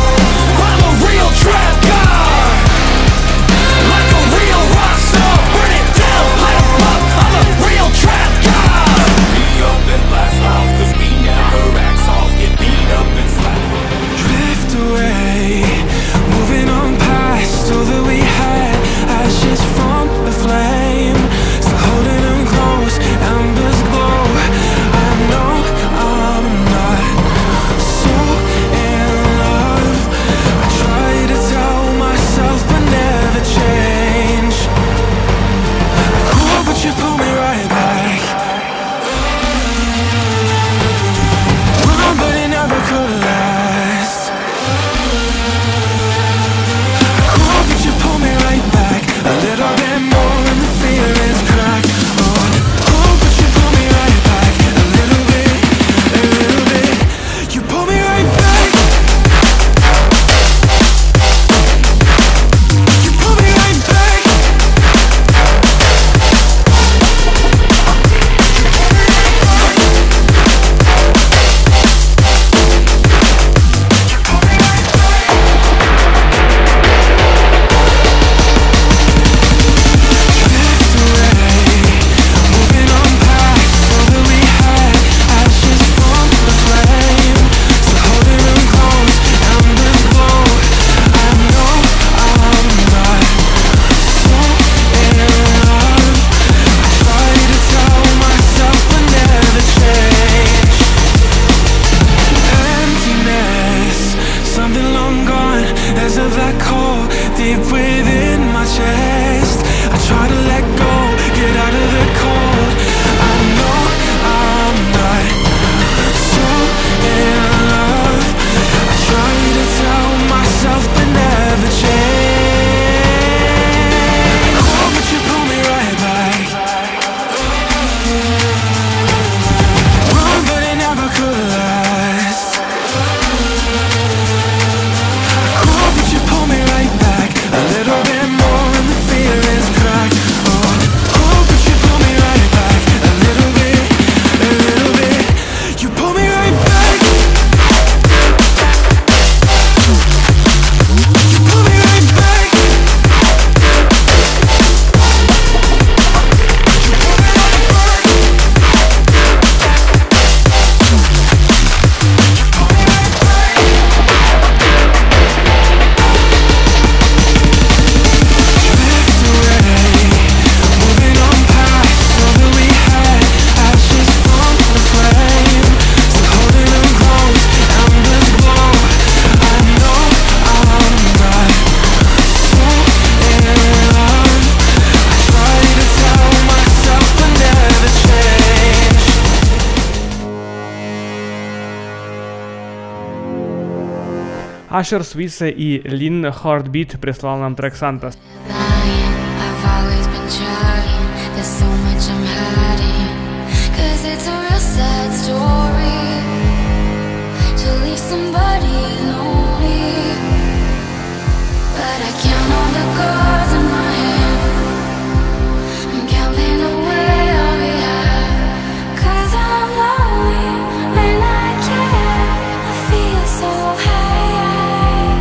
Ашер, Свиса и Лин Heartbeat прислал нам трек Santos. I've always been trying. There's so much I'm hiding. 'Cause it's a real sad story to leave somebody lonely. But I count on the cards in my hand. I'm counting away all we have. 'Cause I'm lonely and I can't. I feel so high,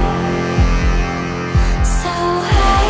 so high.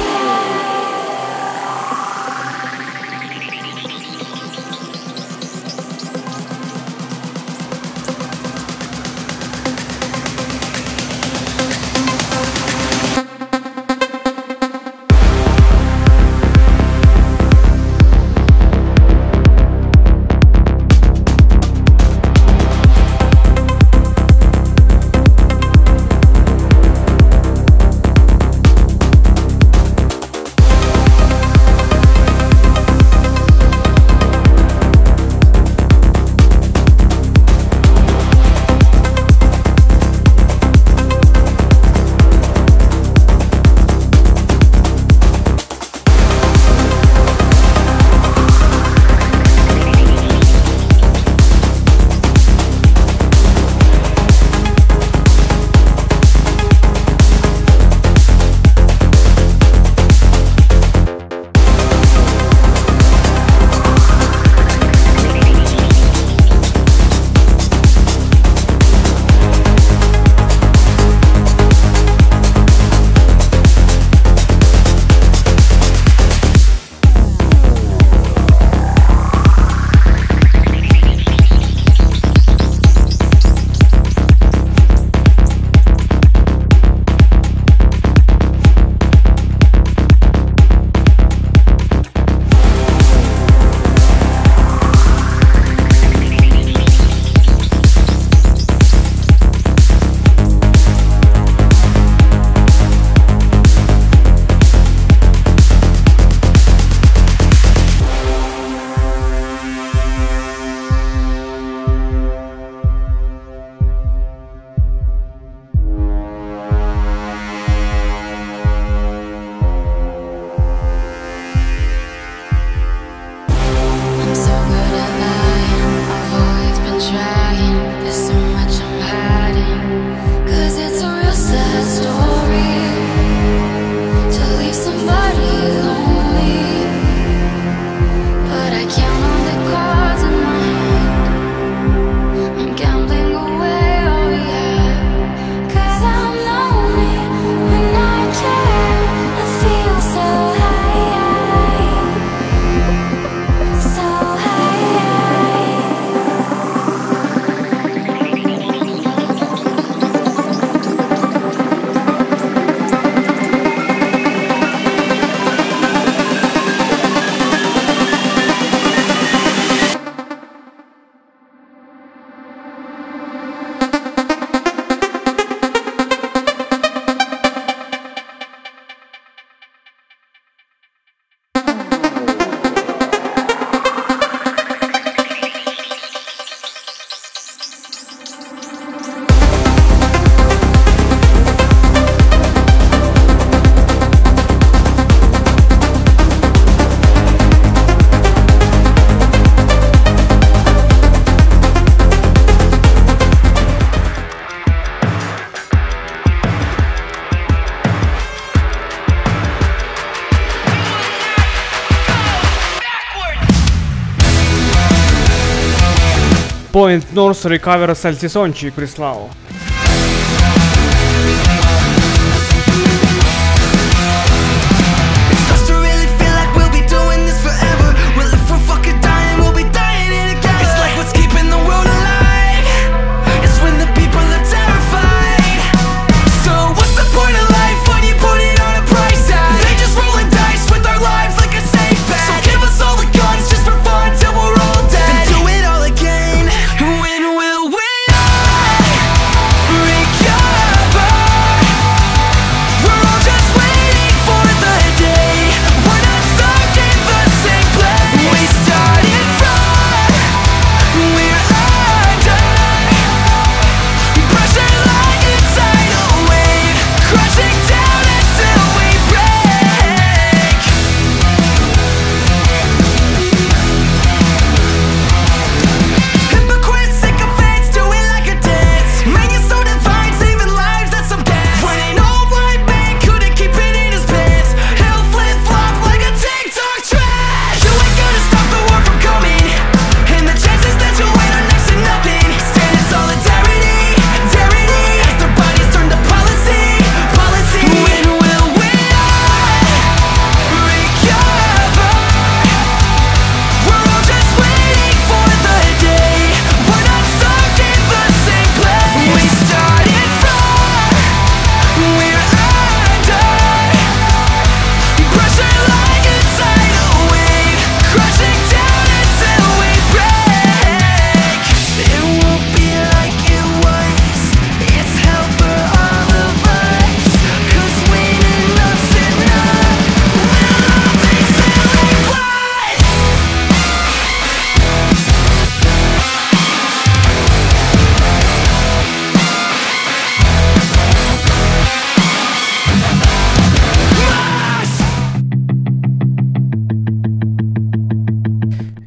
Point North Recover Сальтисончик прислал. When will we?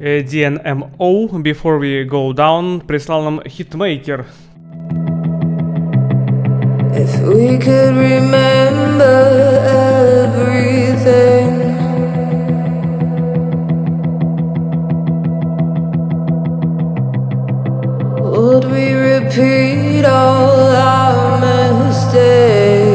ди эн эм о, Before We Go Down, прислал нам Hitmaker. If we could remember everything, would we repeat all our mistakes?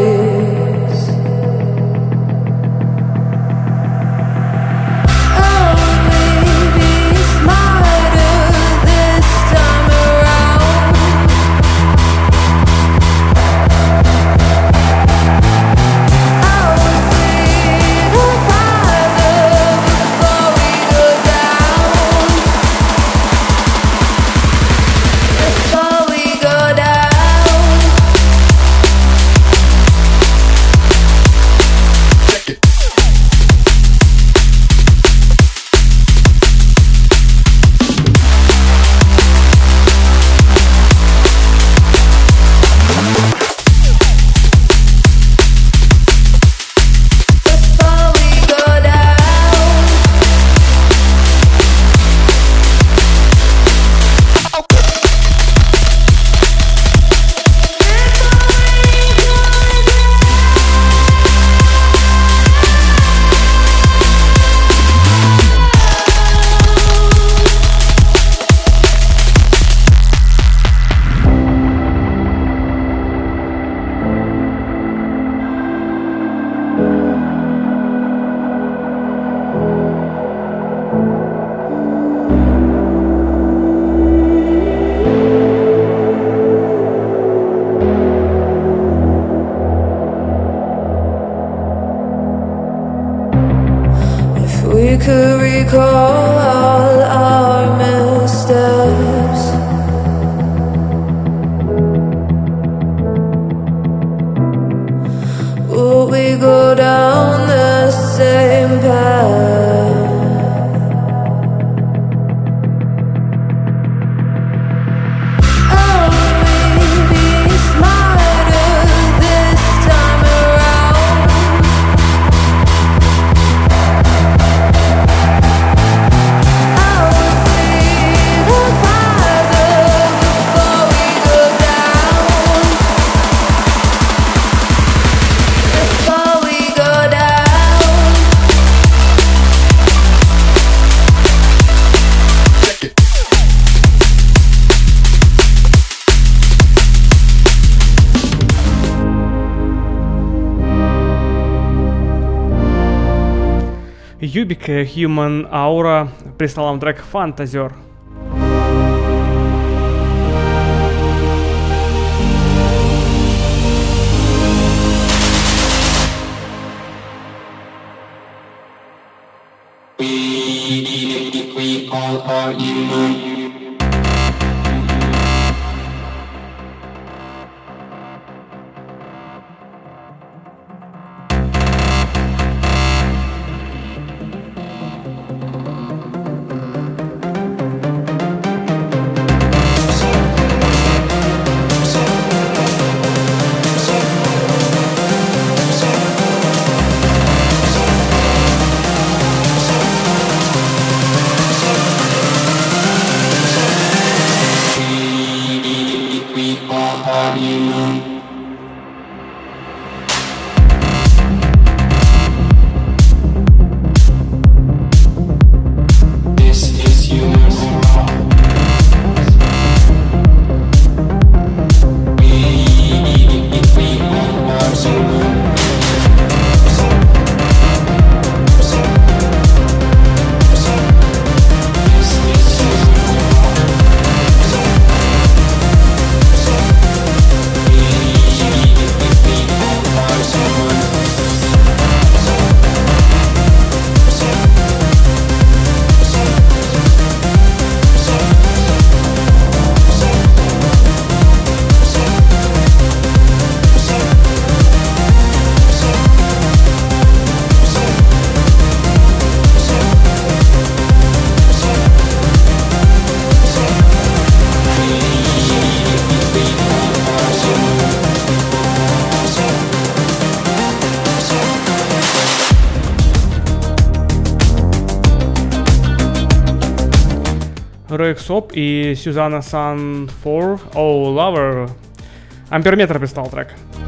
Could recall all our missteps, would we go down the same path? Юбик Human Aura прислал нам трек Фантазер. We all are human. Эксоп и Сюзанна Сан фор Oh Lover. Амперметр прислал трек.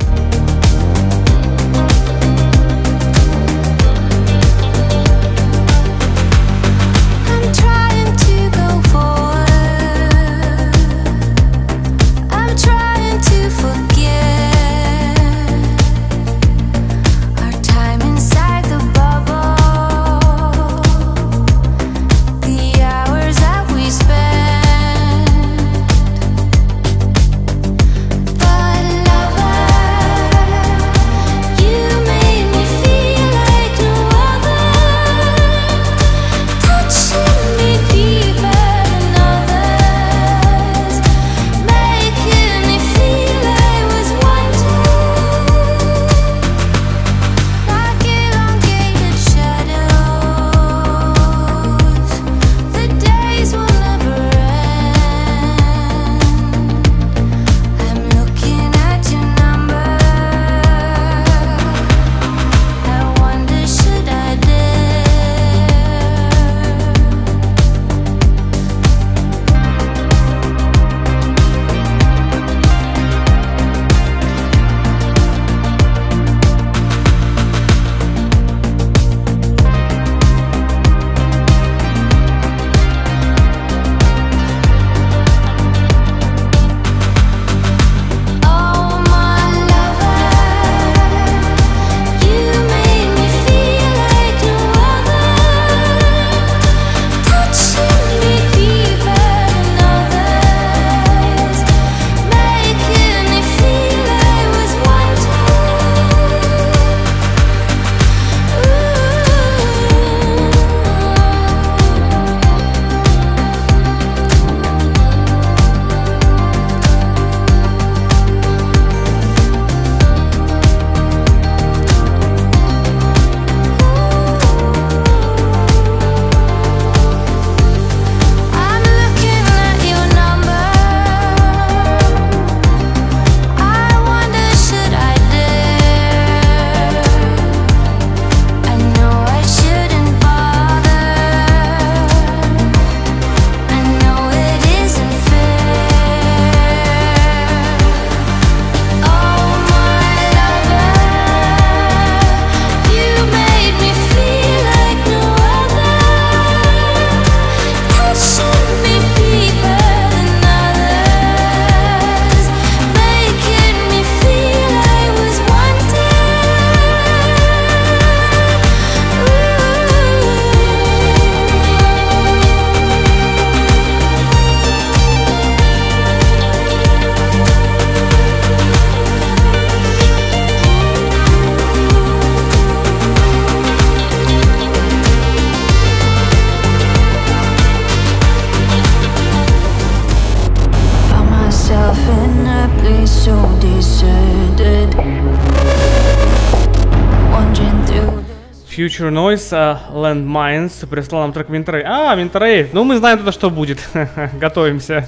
Future Noise, uh, Landmines прислал нам трек Winter. А, Winter. Ну, мы знаем тогда, что будет. Готовимся.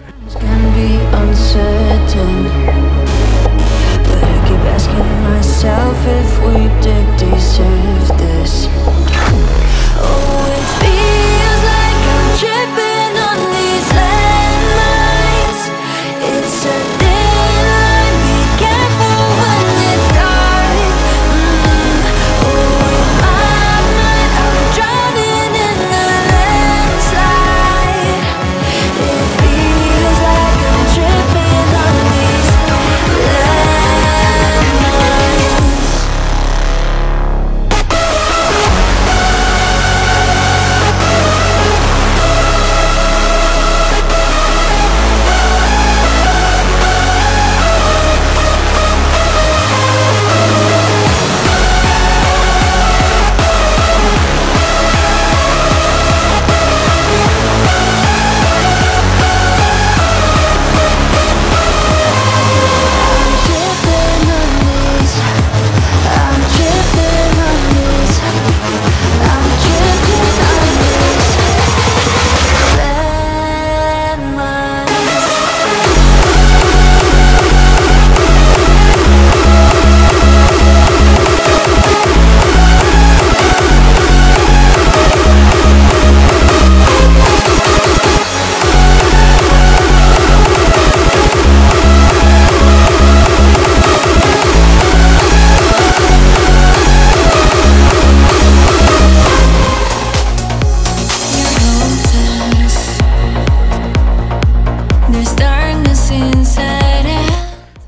Feels like I'm tripping on these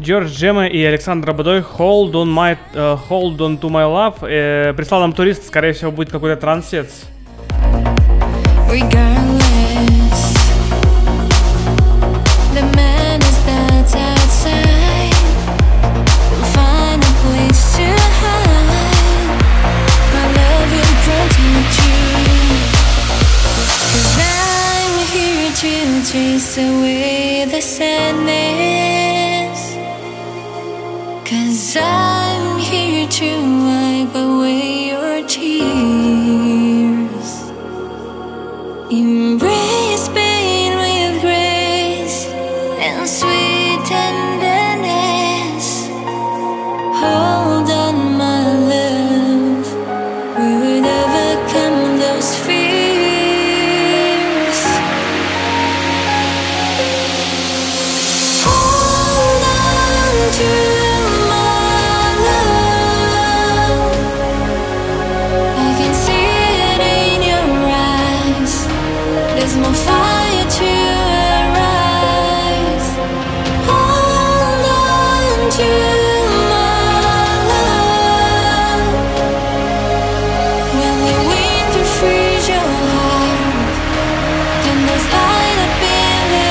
Джордж Джема и Александр Бадой Hold on, my, uh, hold on to my love. Э, прислал нам турист, скорее всего, будет какой-то трансец. Regardless, the madness that's outside, you'll find a place to hide. My love will protect you, 'cause I'm here to chase away the sadness, 'cause I'm here to wipe away your tears. Embrace pain with grace and sweet tenderness. Hold on, my love, we would overcome those fears. Hold on to my love, I can see it in your eyes. There's more fire to arise. Hold on to my love. When the winter frees your heart, can there's light up in the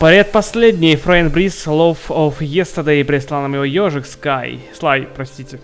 Предпоследний Фрейн Бриз Love of Yesterday прислал нам его ежик Sky. Слай, простите.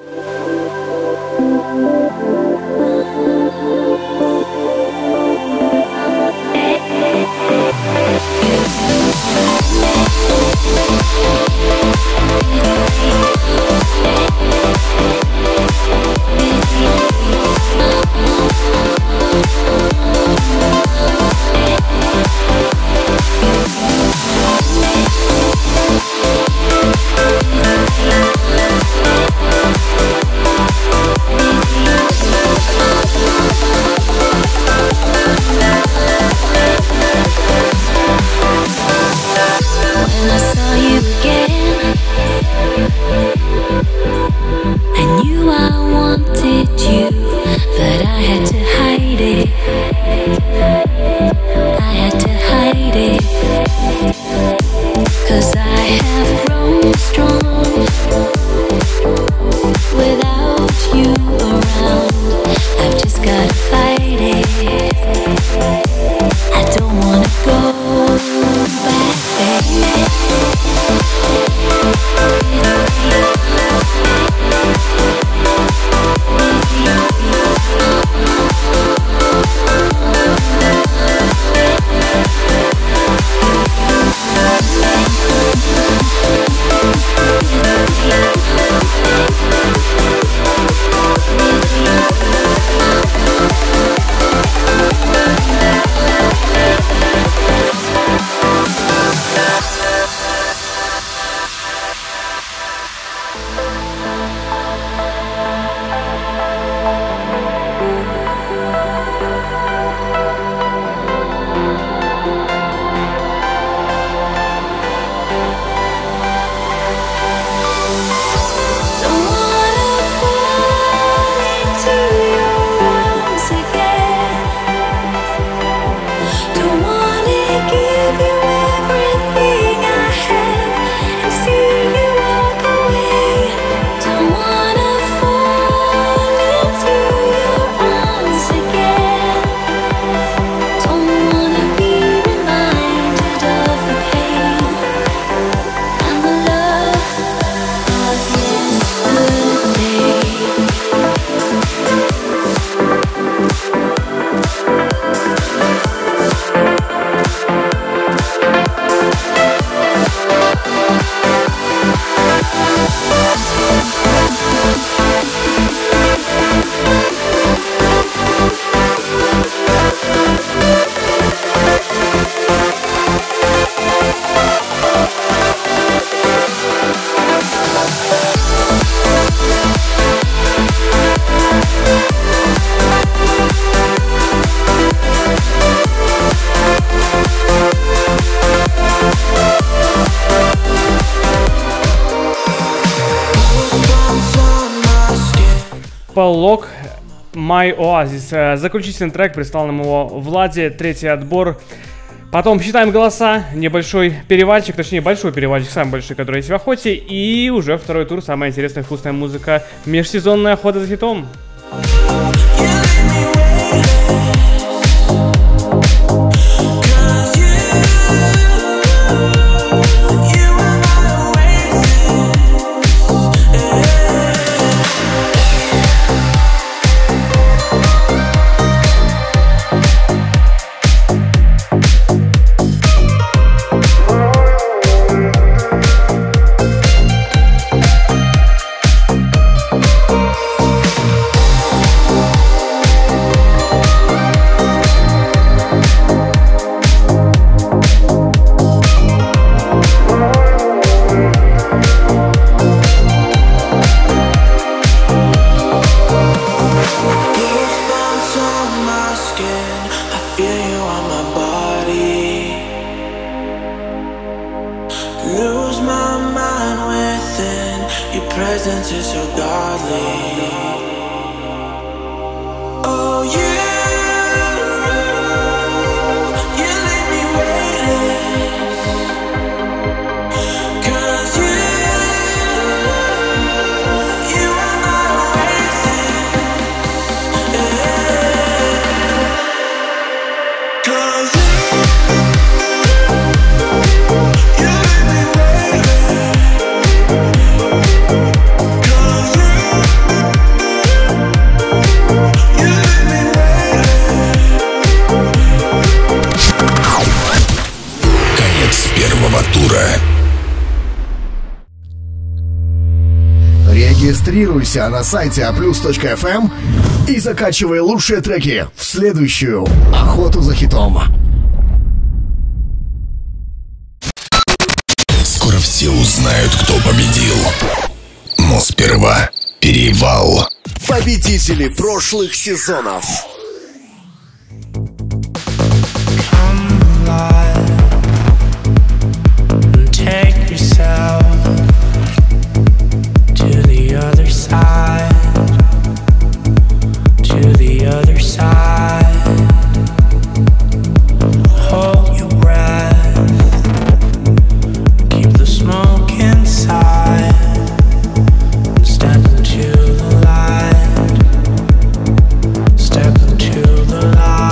Полок My Oasis. Заключительный трек, прислал нам его Влади, третий отбор. Потом считаем голоса, небольшой перевальчик, точнее большой перевальчик, самый большой, который есть в охоте. И уже второй тур, самая интересная вкусная музыка, межсезонная охота за хитом. Cause you Регистрируйся на сайте а плюс точка эф эм и закачивай лучшие треки в следующую охоту за хитом. Скоро все узнают, кто победил. Но сперва перевал. Победители прошлых сезонов. Take yourself to the other side, to the other side. Hold your breath, keep the smoke inside, and step into the light, step into the light.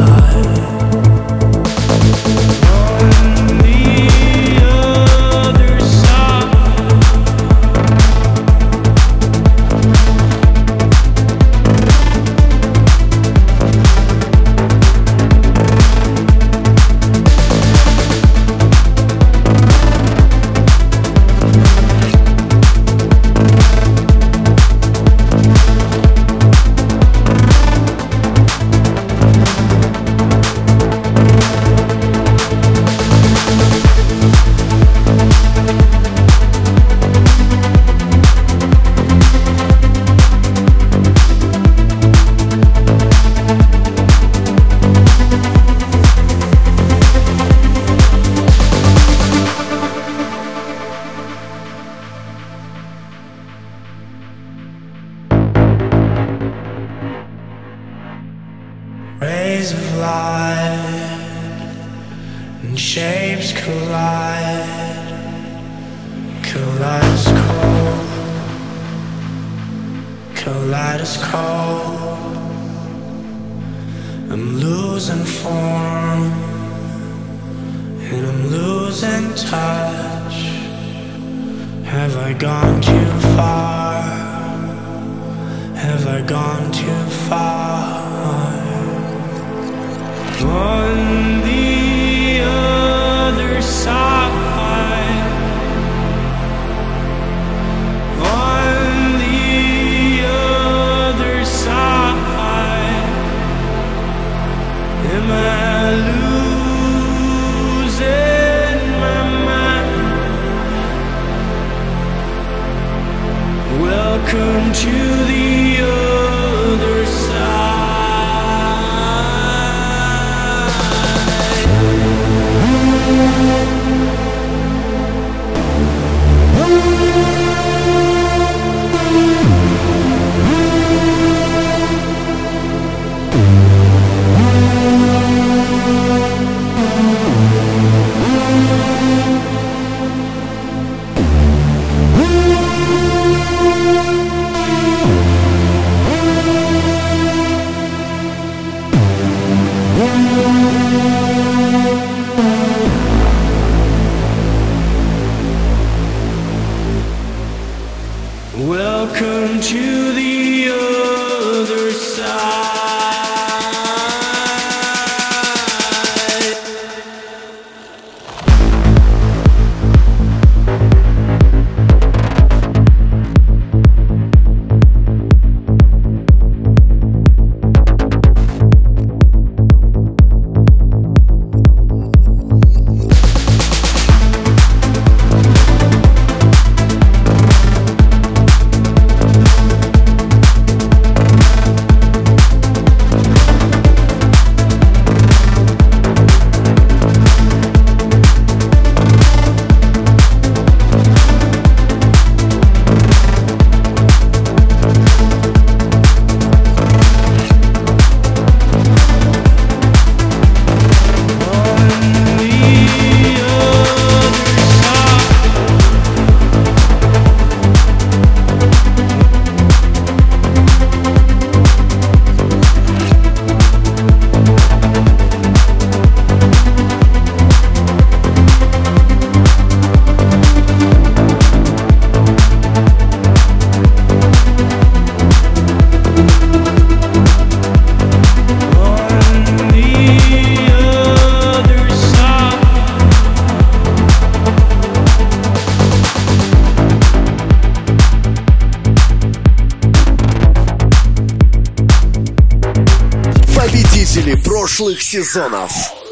Rays of light and shapes collide, kaleidoscope, kaleidoscope. I'm losing form and I'm losing touch. Have I gone too far? Have I gone too far? On the other side, on the other side, am I losing my mind? Welcome to the other side. Welcome to the other side. прошлых сезонов.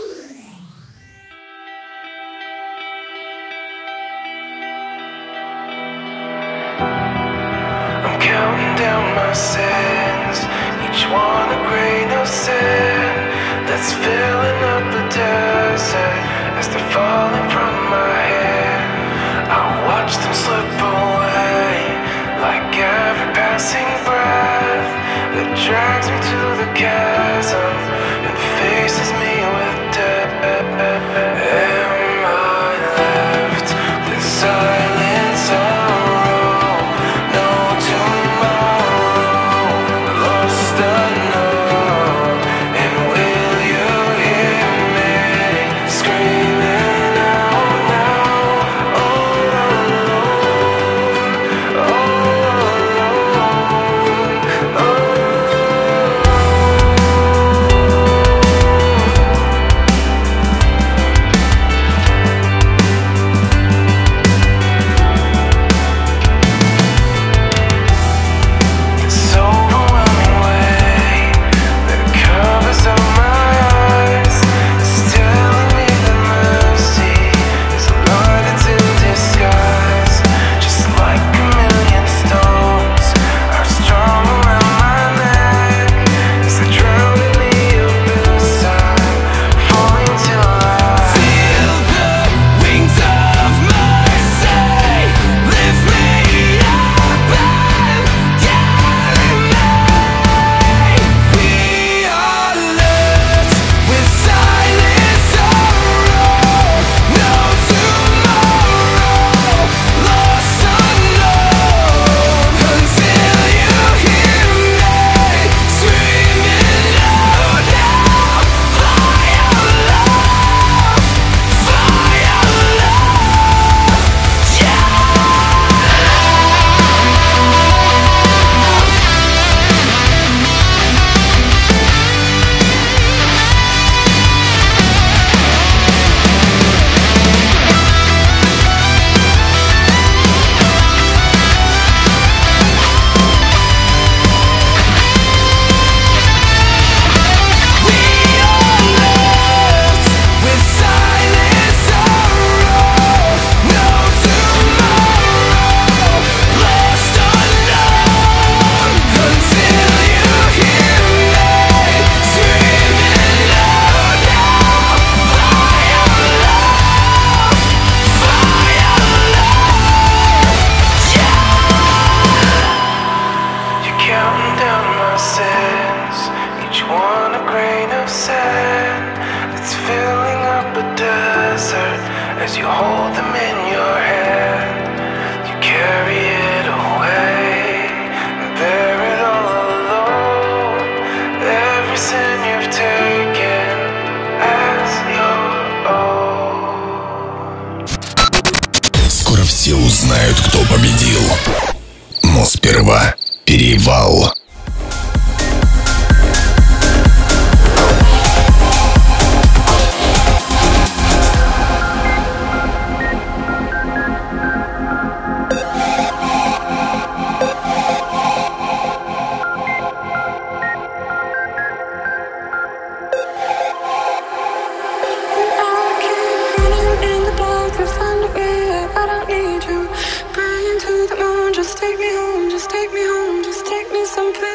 I'm counting down my sins, each one a grain of sand that's filling up the desert as they're falling from my hand. I watch them slip away like every passing breath that drags me to the chasm and faces me with death. Am I left with silence sorrow? No tomorrow, lost unknown. And will you hear me screaming out now? All alone, all alone, all this overwhelming weight that covers up my eyes is telling me that mercy is a lie that's in disguise. Just like a million stones are strung around my neck as they drown in the abyss. I'm falling till I feel the wings of mercy lift me up and carry me. We are left with silent sorrow, no tomorrow, lost unknown. Until you hear me screaming out now, fire love, fire love, with silent sorrow, no tomorrow, lost unknown. Until you hear me screaming out now, fire love, fire love, you're counting down my sins, each one a grain of sand that's filling up a desert as you hold them in your hand. You carry it away and bear it all alone. Every sin you've taken as your own. Скоро все узнают, кто победил. Но сперва перевал. Just take me home, just take me home, just take me someplace.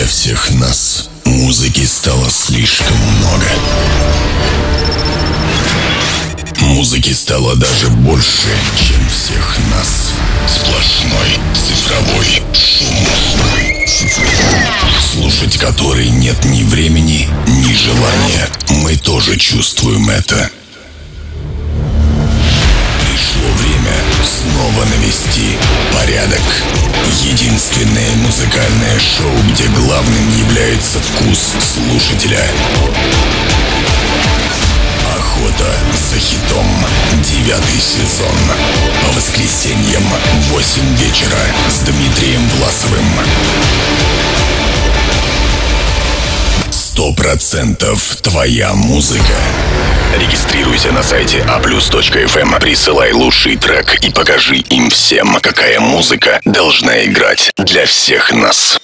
Для всех нас музыки стало слишком много. Музыки стало даже больше, чем всех нас. Сплошной цифровой шум, слушать который нет ни времени, ни желания. Мы тоже чувствуем это. Пришло время снова навести порядок. Единственное музыкальное шоу, где главным является вкус слушателя. Охота за хитом. Девятый сезон. По воскресеньям в восемь вечера с Дмитрием Власовым. Сто процентов твоя музыка. Регистрируйся на сайте а плюс точка эф эм, присылай лучший трек и покажи им всем, какая музыка должна играть для всех нас.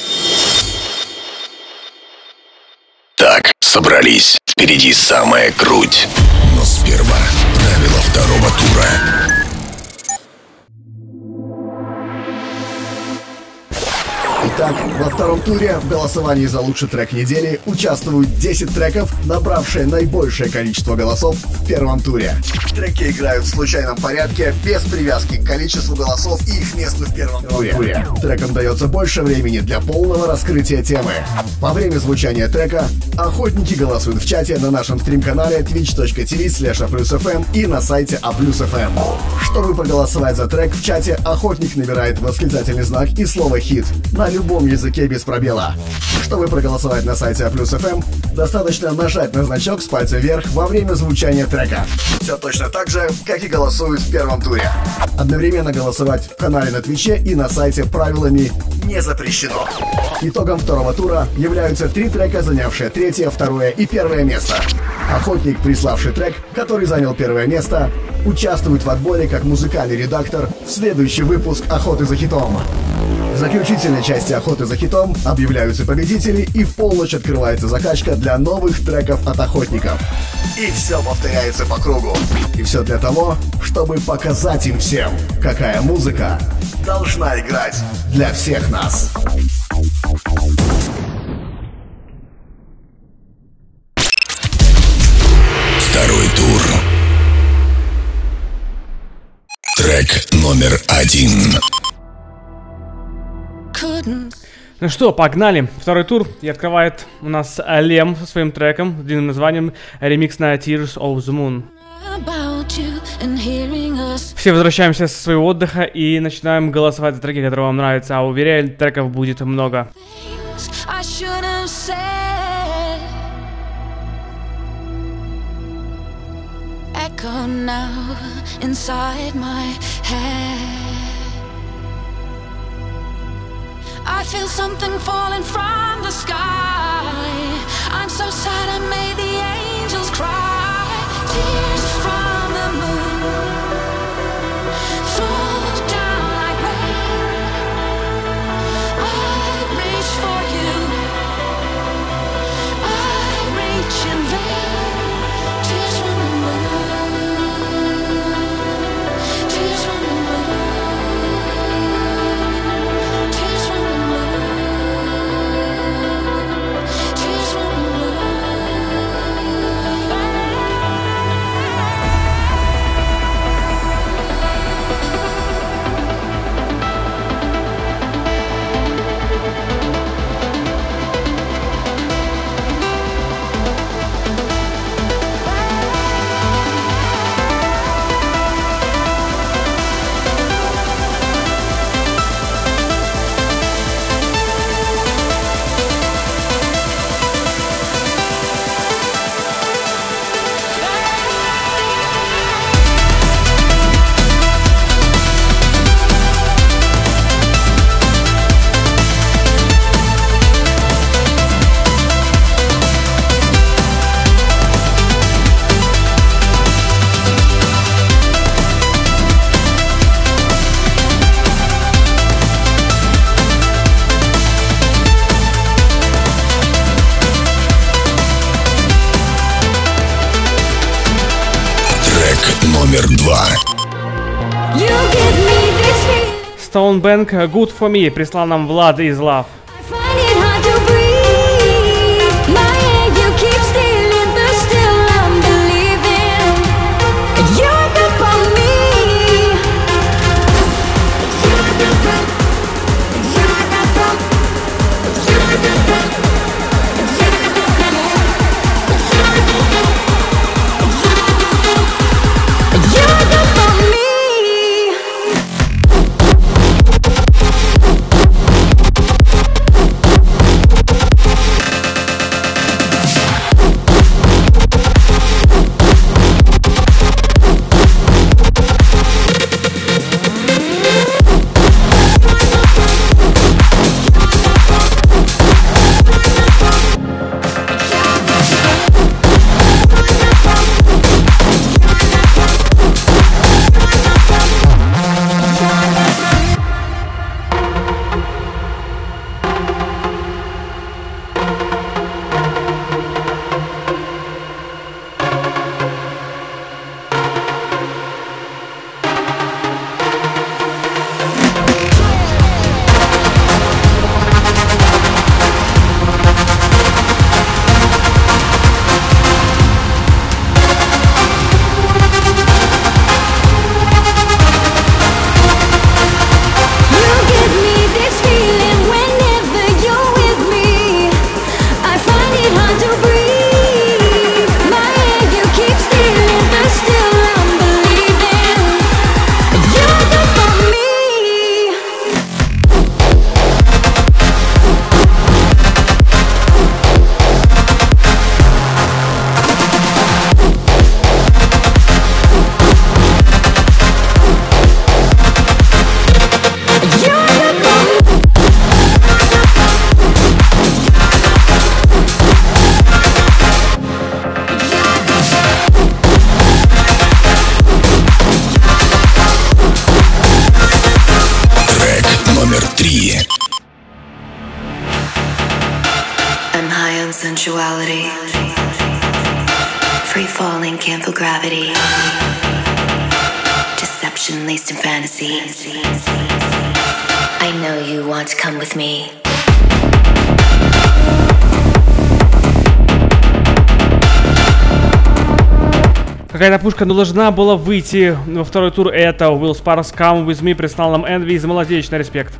Так, собрались. Впереди самая круть. Но сперва правила второго тура. Итак, во втором туре в голосовании за лучший трек недели участвуют десять треков, набравшие наибольшее количество голосов в первом туре. Треки играют в случайном порядке, без привязки к количеству голосов и их месту в первом туре. Трекам дается больше времени для полного раскрытия темы. Во время звучания трека охотники голосуют в чате на нашем стрим-канале твич точка ти ви слэш а плюс эф эм и на сайте а плюс эф эм. Чтобы проголосовать за трек в чате, охотник набирает восклицательный знак и слово «хит» на любом языке без пробела. Чтобы проголосовать на сайте а плюс эф эм, достаточно нажать на значок с пальца вверх во время звучания трека. Все точно так же, как и голосуют в первом туре. Одновременно голосовать в канале на Твиче и на сайте правилами не запрещено. Итогом второго тура являются три трека, занявшие третье, второе и первое место. Охотник, приславший трек, который занял первое место, участвует в отборе как музыкальный редактор в следующий выпуск «Охоты за хитом». В заключительной части «Охоты за хитом» объявляются победители, и в полночь открывается закачка для новых треков от охотников. И все повторяется по кругу. И все для того, чтобы показать им всем, какая музыка должна играть для всех нас. Второй тур. Трек номер один. Ну что, погнали. Второй тур. И открывает у нас Лем со своим треком с длинным названием ремикс на Tears of the Moon. Все возвращаемся со своего отдыха и начинаем голосовать за треки, которые вам нравятся. А уверяю, треков будет много. Echo now inside my head. I feel something falling from the sky. I'm so sad I made the angels cry. Tears from the moon fall down like rain. I reach for you, I reach in vain. Tears from the moon, tears from the moon, tears from the moon, tears from the moon. Номер два. Stone Bank Good For Me прислал нам Влад из Love. Find it hard to and sensuality. Free falling, can't feel gravity. Deception laced in fantasy. I know you want to come with me. Какая-то пушка должна была выйти во второй тур. Это Will Sparks Come With Me прислал нам Envy из Молодечный респект.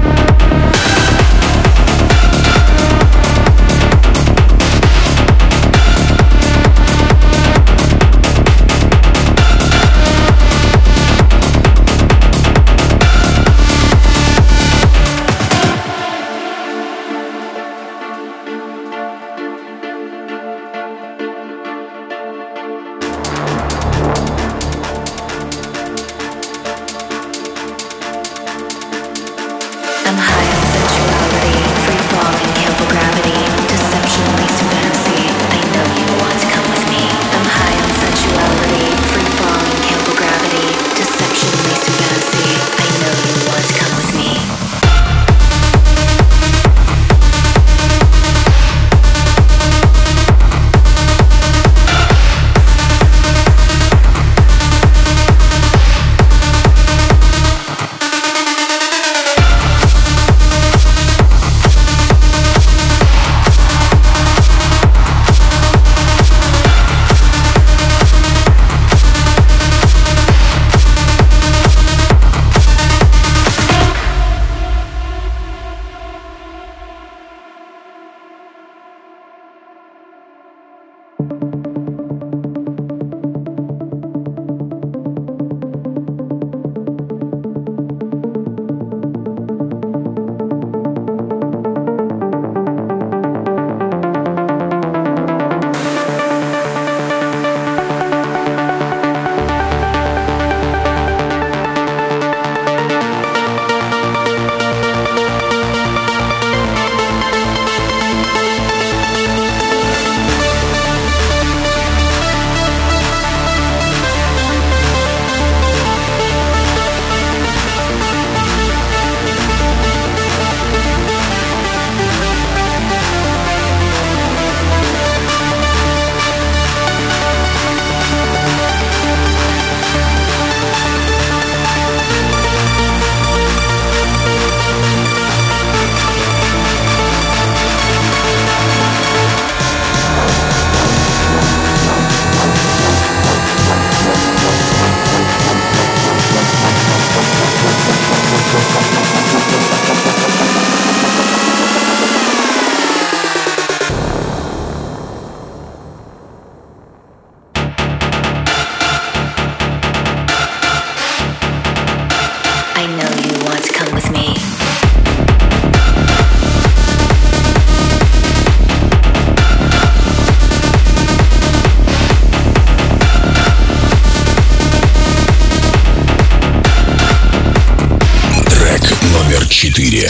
четыре.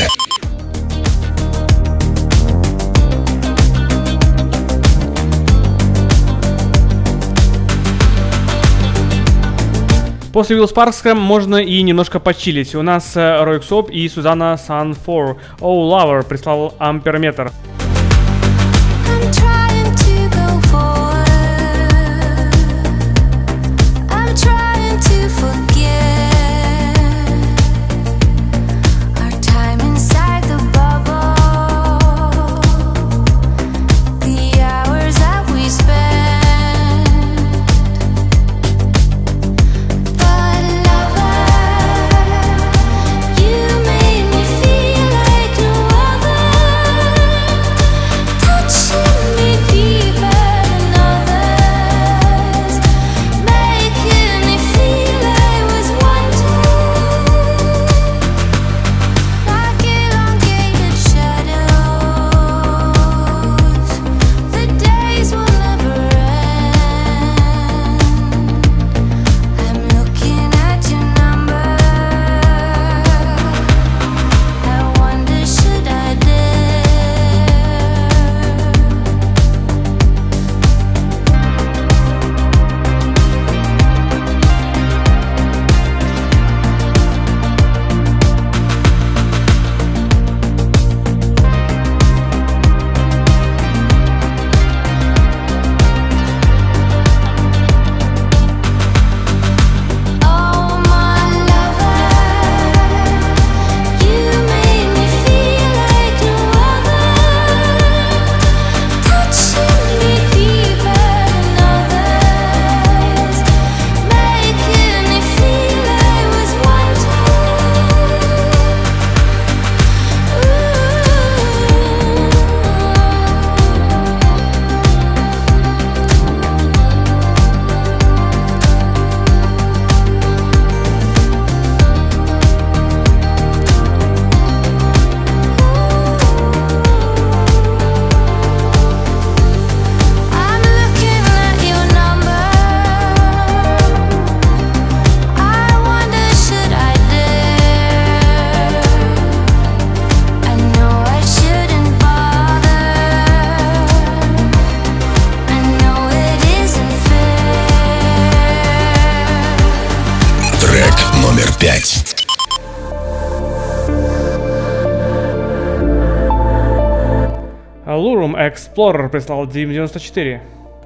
После Will Sparks можно и немножко почилить. У нас Рой Ксоп и Сузанна Сан-Фор. Oh Lover прислал Амперметр. Touching me пять. Lurum Explorer прислал Дим девяносто четыре.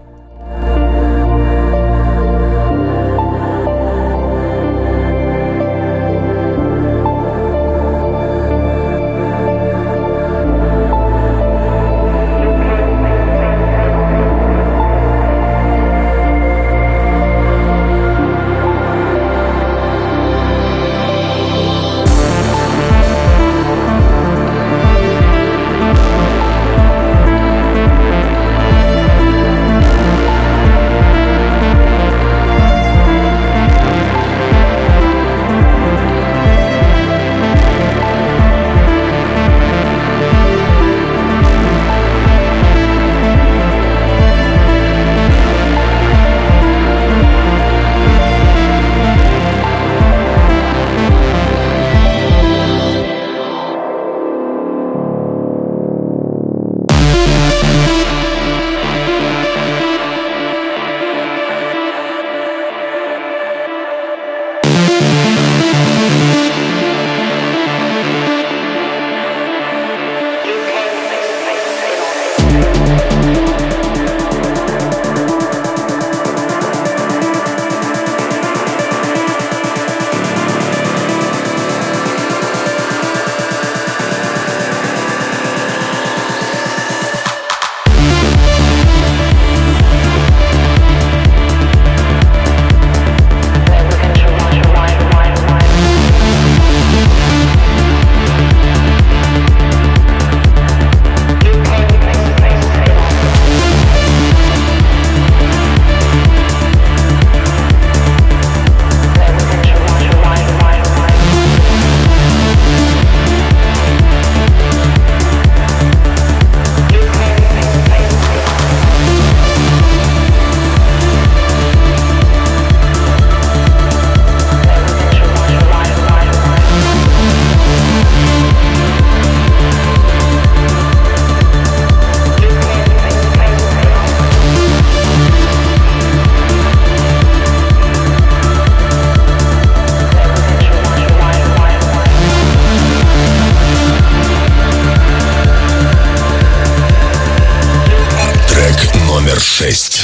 шесть.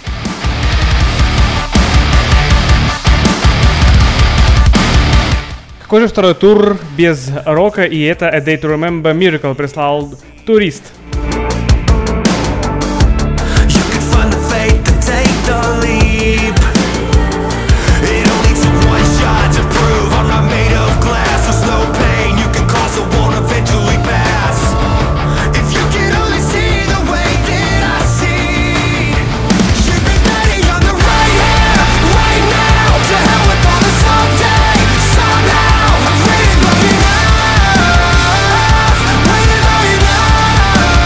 Какой же второй тур без рока, и это A Day to Remember Miracle прислал Турист. Somehow, I'm waiting for you now.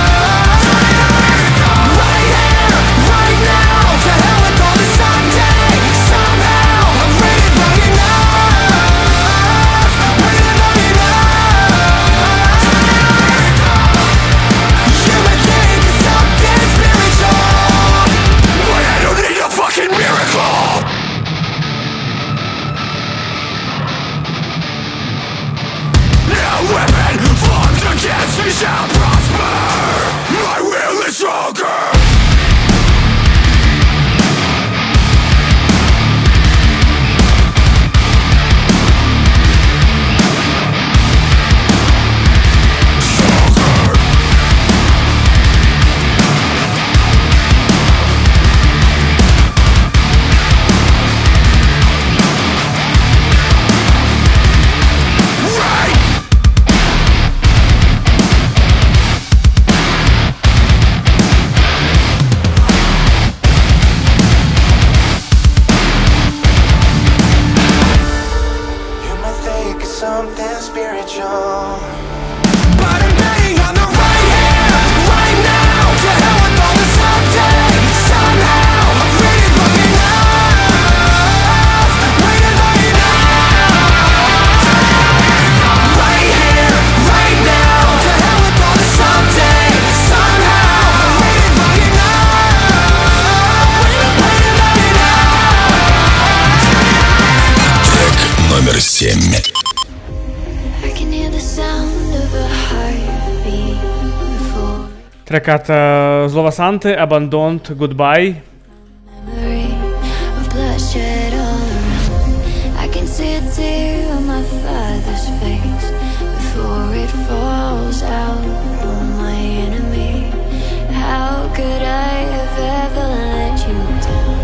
номер семь. I can hear the sound of a heartbeat before Трек от э, Злого Санты, Abandoned Goodbye. memory of bloodshed all around. I can see a tear on my father's face before it falls out on my enemy. How could I have ever let you down?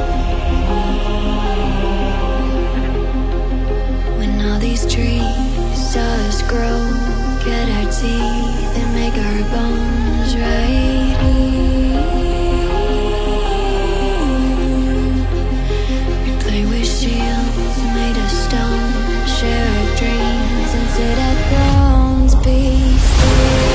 When all these trees saw us grow, get our teeth and make our bones right here. We play with shields made of stone, share our dreams and sit at thrones, be still.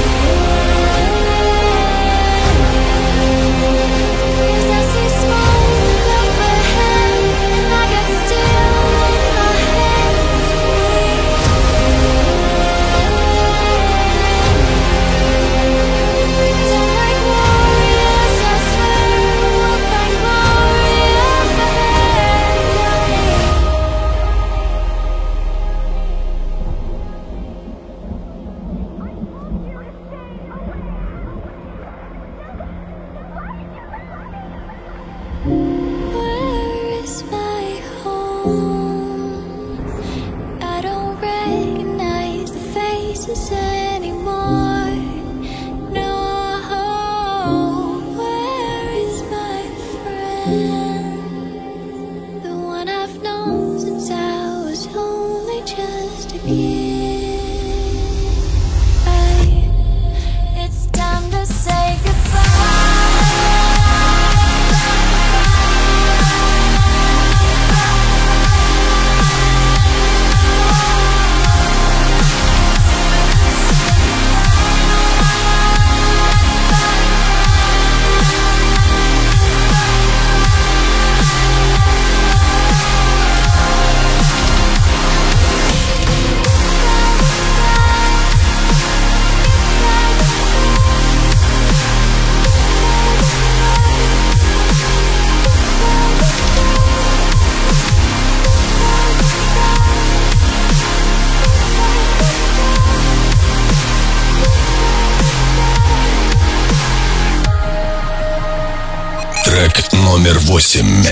Трек номер восемь.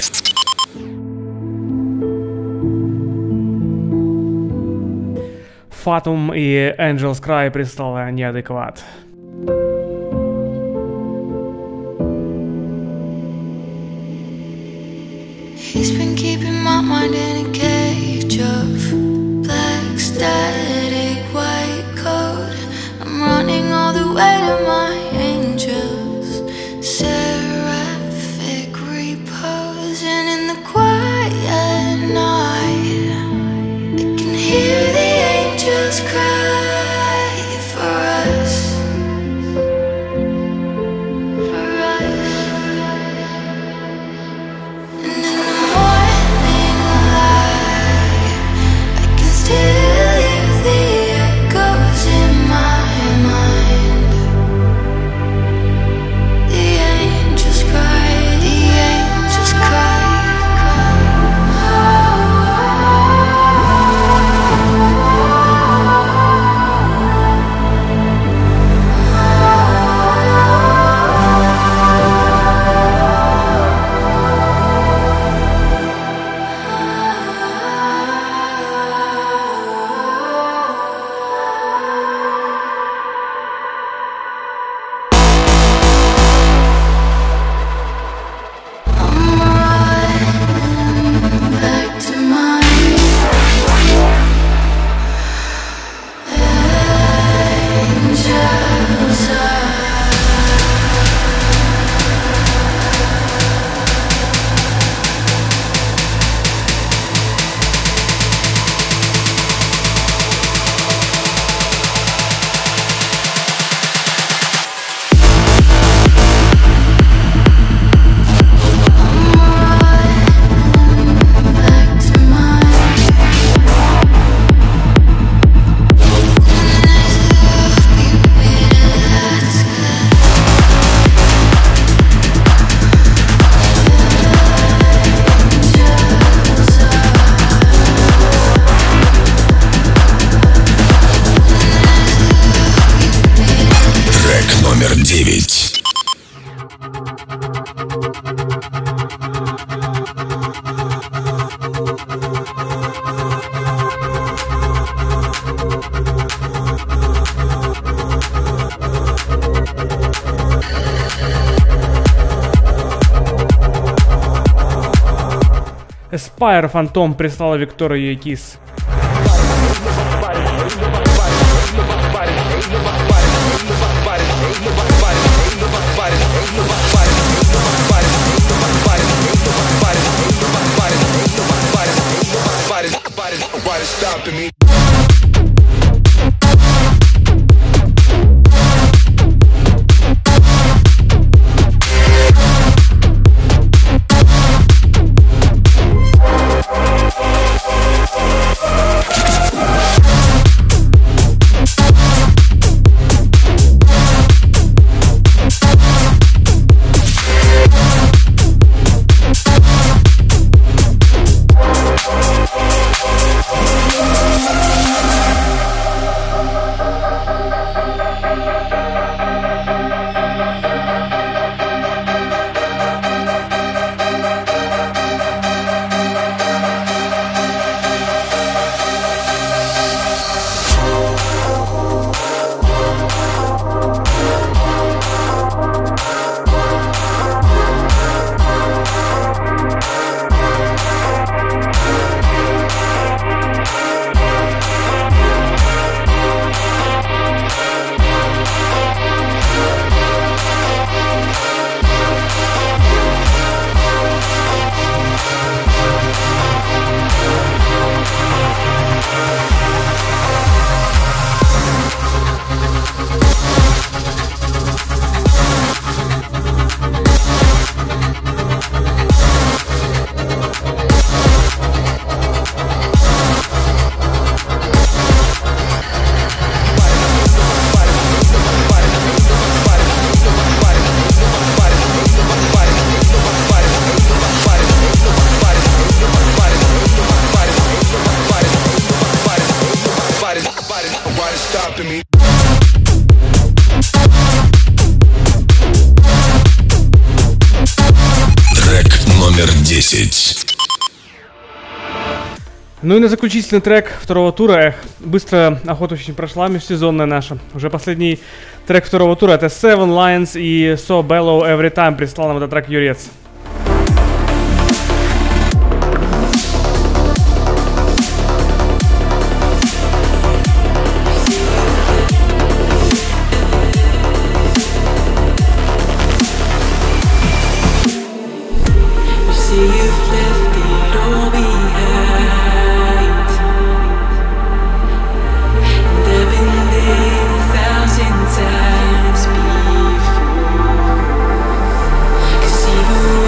Fatum и Angel's Cry прислала Неадекват. He's been keeping my mind in a cage of black static white coat. I'm running all the way to my angels, seraphic reposing in the quiet night. I can hear the angels cry for us. девять. Aspire Phantom прислала Виктория Якис. десять. Ну и на заключительный трек второго тура. Эх, быстро охота очень прошла, межсезонная наша. Уже последний трек второго тура. Это Seven Lions и So Bellow Every Time. Прислал нам этот трек Юрец. Even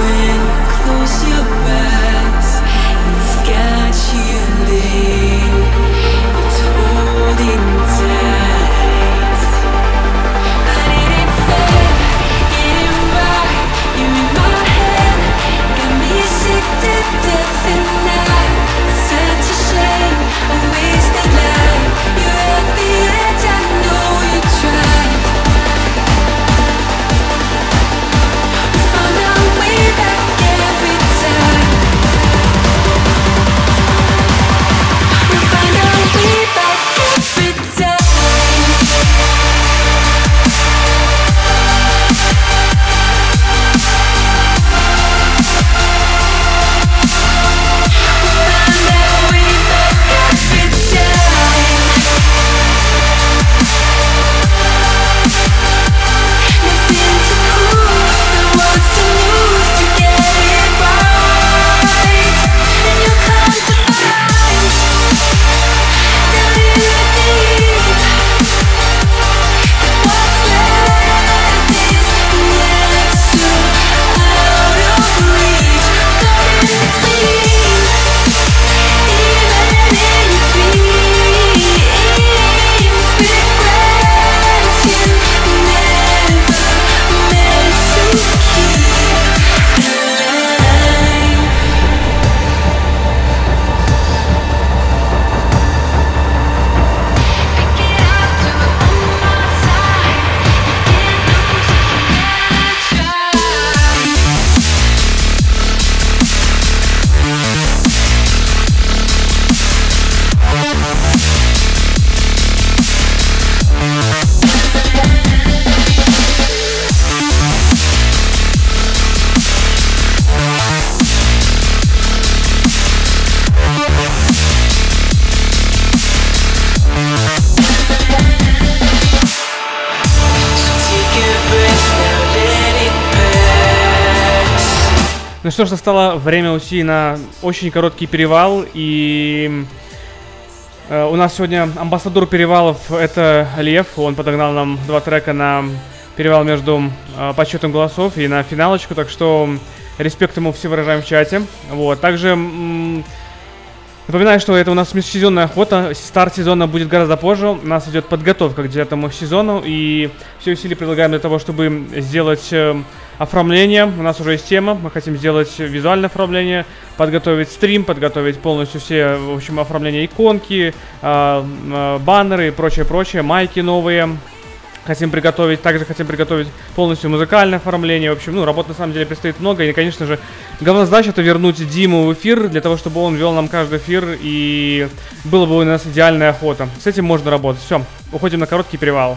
Ну что ж, настало время уйти на очень короткий перевал, и э, у нас сегодня амбассадор перевалов — это Лев, он подогнал нам два трека на перевал между э, подсчетом голосов и на финалочку, так что респект ему все выражаем в чате. Вот, также м- напоминаю, что это у нас межсезонная охота, старт сезона будет гораздо позже, у нас идет подготовка к девятому сезону, и все усилия предлагаем для того, чтобы сделать э, оформление. У нас уже есть тема, мы хотим сделать визуальное оформление, подготовить стрим, подготовить полностью все, в общем, оформление иконки, э, э, баннеры и прочее-прочее, майки новые. Хотим приготовить, также хотим приготовить полностью музыкальное оформление. В общем, ну, работы на самом деле предстоит много. И, конечно же, главная задача — это вернуть Диму в эфир, для того, чтобы он вел нам каждый эфир, и было бы у нас идеальная охота. С этим можно работать. Все, уходим на короткий перевал.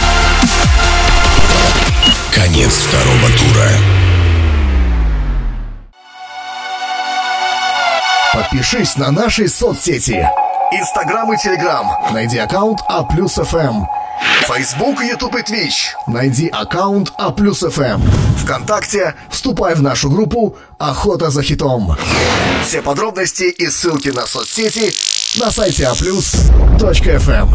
Конец второго тура. Подпишись на наши соцсети. Инстаграм и Телеграм. Найди аккаунт А плюс эф эм. Фейсбук, Ютуб и Твич. Найди аккаунт А плюс эф эм. ВКонтакте вступай в нашу группу «Охота за хитом». Все подробности и ссылки на соцсети на сайте а плюс точка эф эм.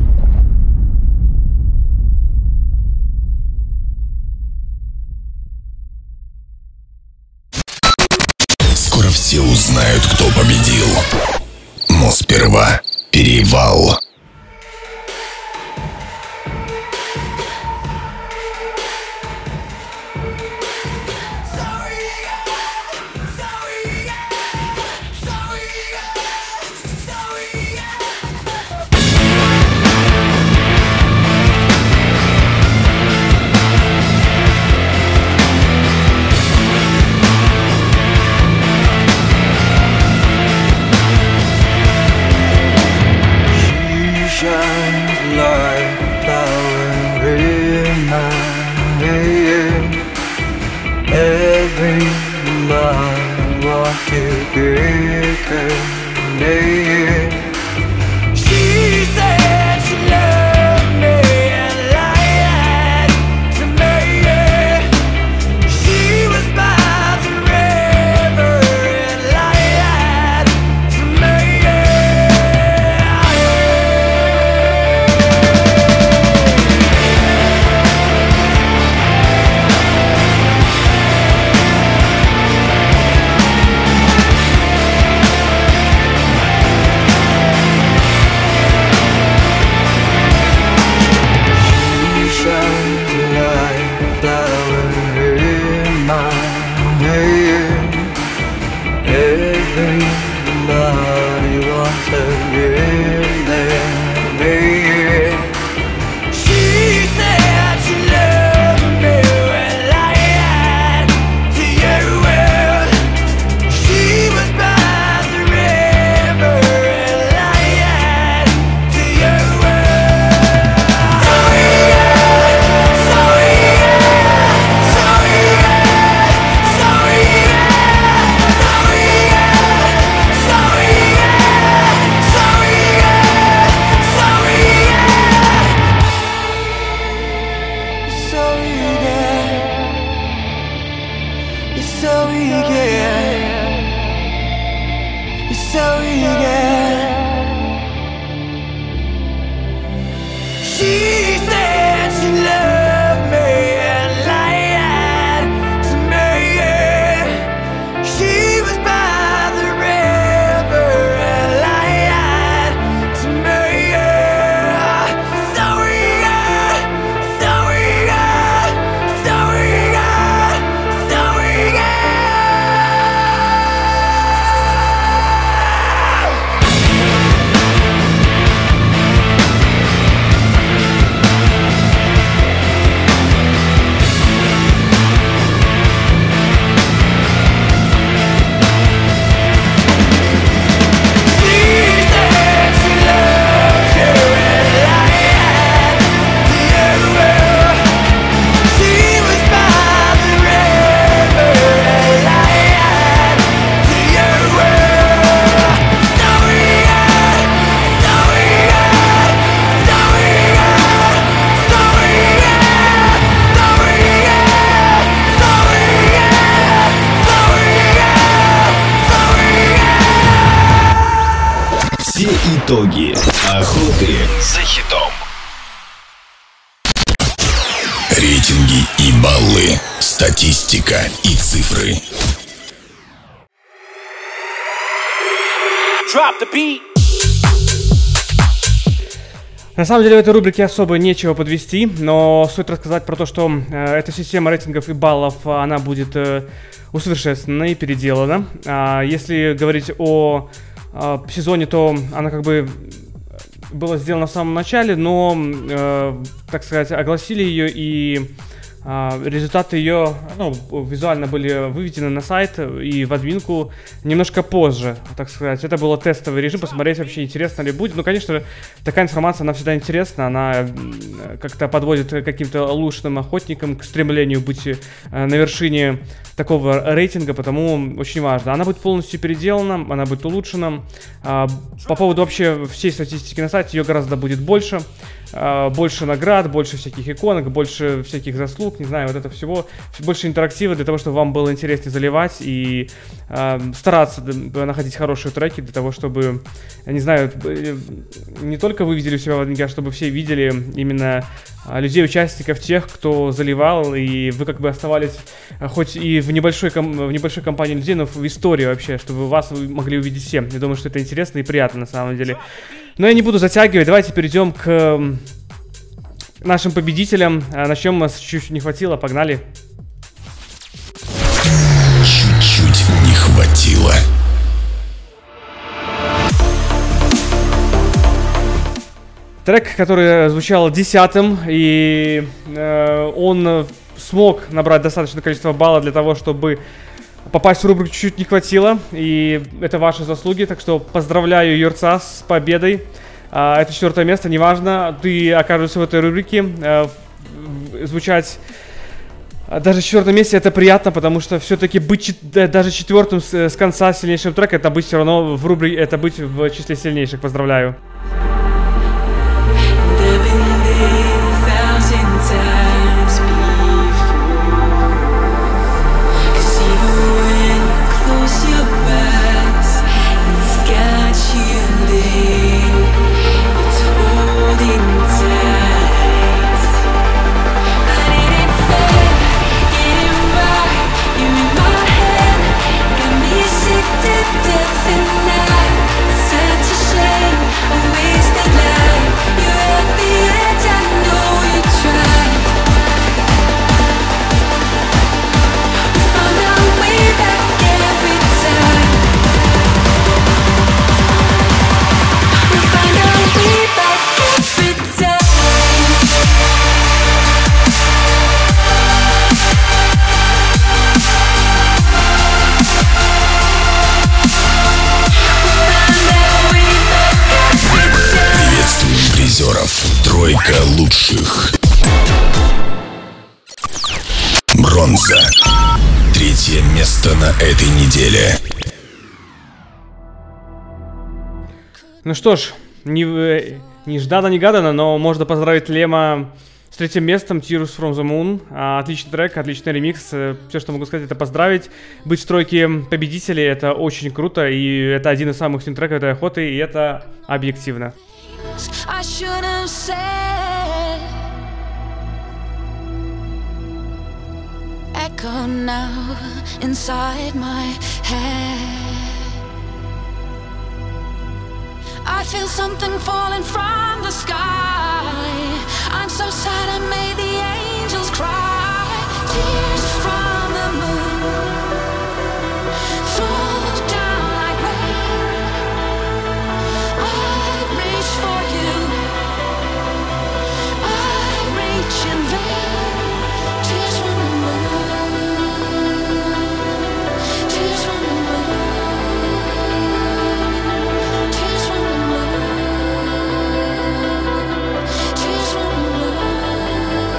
Скоро все узнают, кто победил. Но сперва перевал. So Итоги охоты за хитом. Рейтинги и баллы. Статистика и цифры. Drop the beat. На самом деле в этой рубрике особо нечего подвести, но стоит рассказать про то, что э, эта система рейтингов и баллов, она будет э, усовершенствована и переделана. А если говорить о э, сезоне, то она как бы была сделана в самом начале, но, э, так сказать, огласили ее и Uh, результаты ее, ну, визуально были выведены на сайт и в админку немножко позже, так сказать. Это был тестовый режим, посмотреть вообще, интересно ли будет. Ну, конечно, такая информация, она всегда интересна, она как-то подводит к каким-то лучшим охотникам к стремлению быть uh, на вершине такого рейтинга, потому очень важно. Она будет полностью переделана, она будет улучшена. Uh, по поводу вообще всей статистики на сайте, ее гораздо будет больше. Uh, больше наград, больше всяких иконок, больше всяких заслуг, не знаю, вот это всего, больше интерактива для того, чтобы вам было интереснее заливать и uh, стараться находить хорошие треки для того, чтобы, я не знаю, не только вы видели у себя в админке, а чтобы все видели именно uh, людей-участников, тех, кто заливал, и вы как бы оставались uh, хоть и в небольшой, в небольшой компании людей, но в истории вообще, чтобы вас могли увидеть все. Я думаю, что это интересно и приятно на самом деле. Но я не буду затягивать, давайте перейдем к нашим победителям. Начнем, у нас чуть-чуть не хватило, погнали. Чуть-чуть не хватило. Трек, который звучал десятым, и э, он смог набрать достаточное количество баллов для того, чтобы попасть в рубрику чуть-чуть не хватило, и это ваши заслуги, так что поздравляю Юрца с победой. А, это четвертое место, неважно, ты окажешься в этой рубрике. А, звучать а, даже в четвертом месте это приятно, потому что все-таки быть даже четвертым с, с конца сильнейшим треком, это быть все равно в рубрике, это быть в числе сильнейших. Поздравляю. Тройка лучших. Бронза. Третье место на этой неделе. Ну что ж, не, нежданно-негаданно, но можно поздравить Лема с третьим местом, Tears from the Moon. А, отличный трек, отличный ремикс. Все, что могу сказать, это поздравить. Быть в тройке победителей, это очень круто. И это один из самых сильных треков этой охоты, и это объективно. I should have said. Echo now inside my head. I feel something falling from the sky. I'm so sad I made the angels cry. Tears from the moon fall down like rain. I reach for you, I reach in vain. Tears from the moon, tears from the moon, tears from the moon, tears from the moon.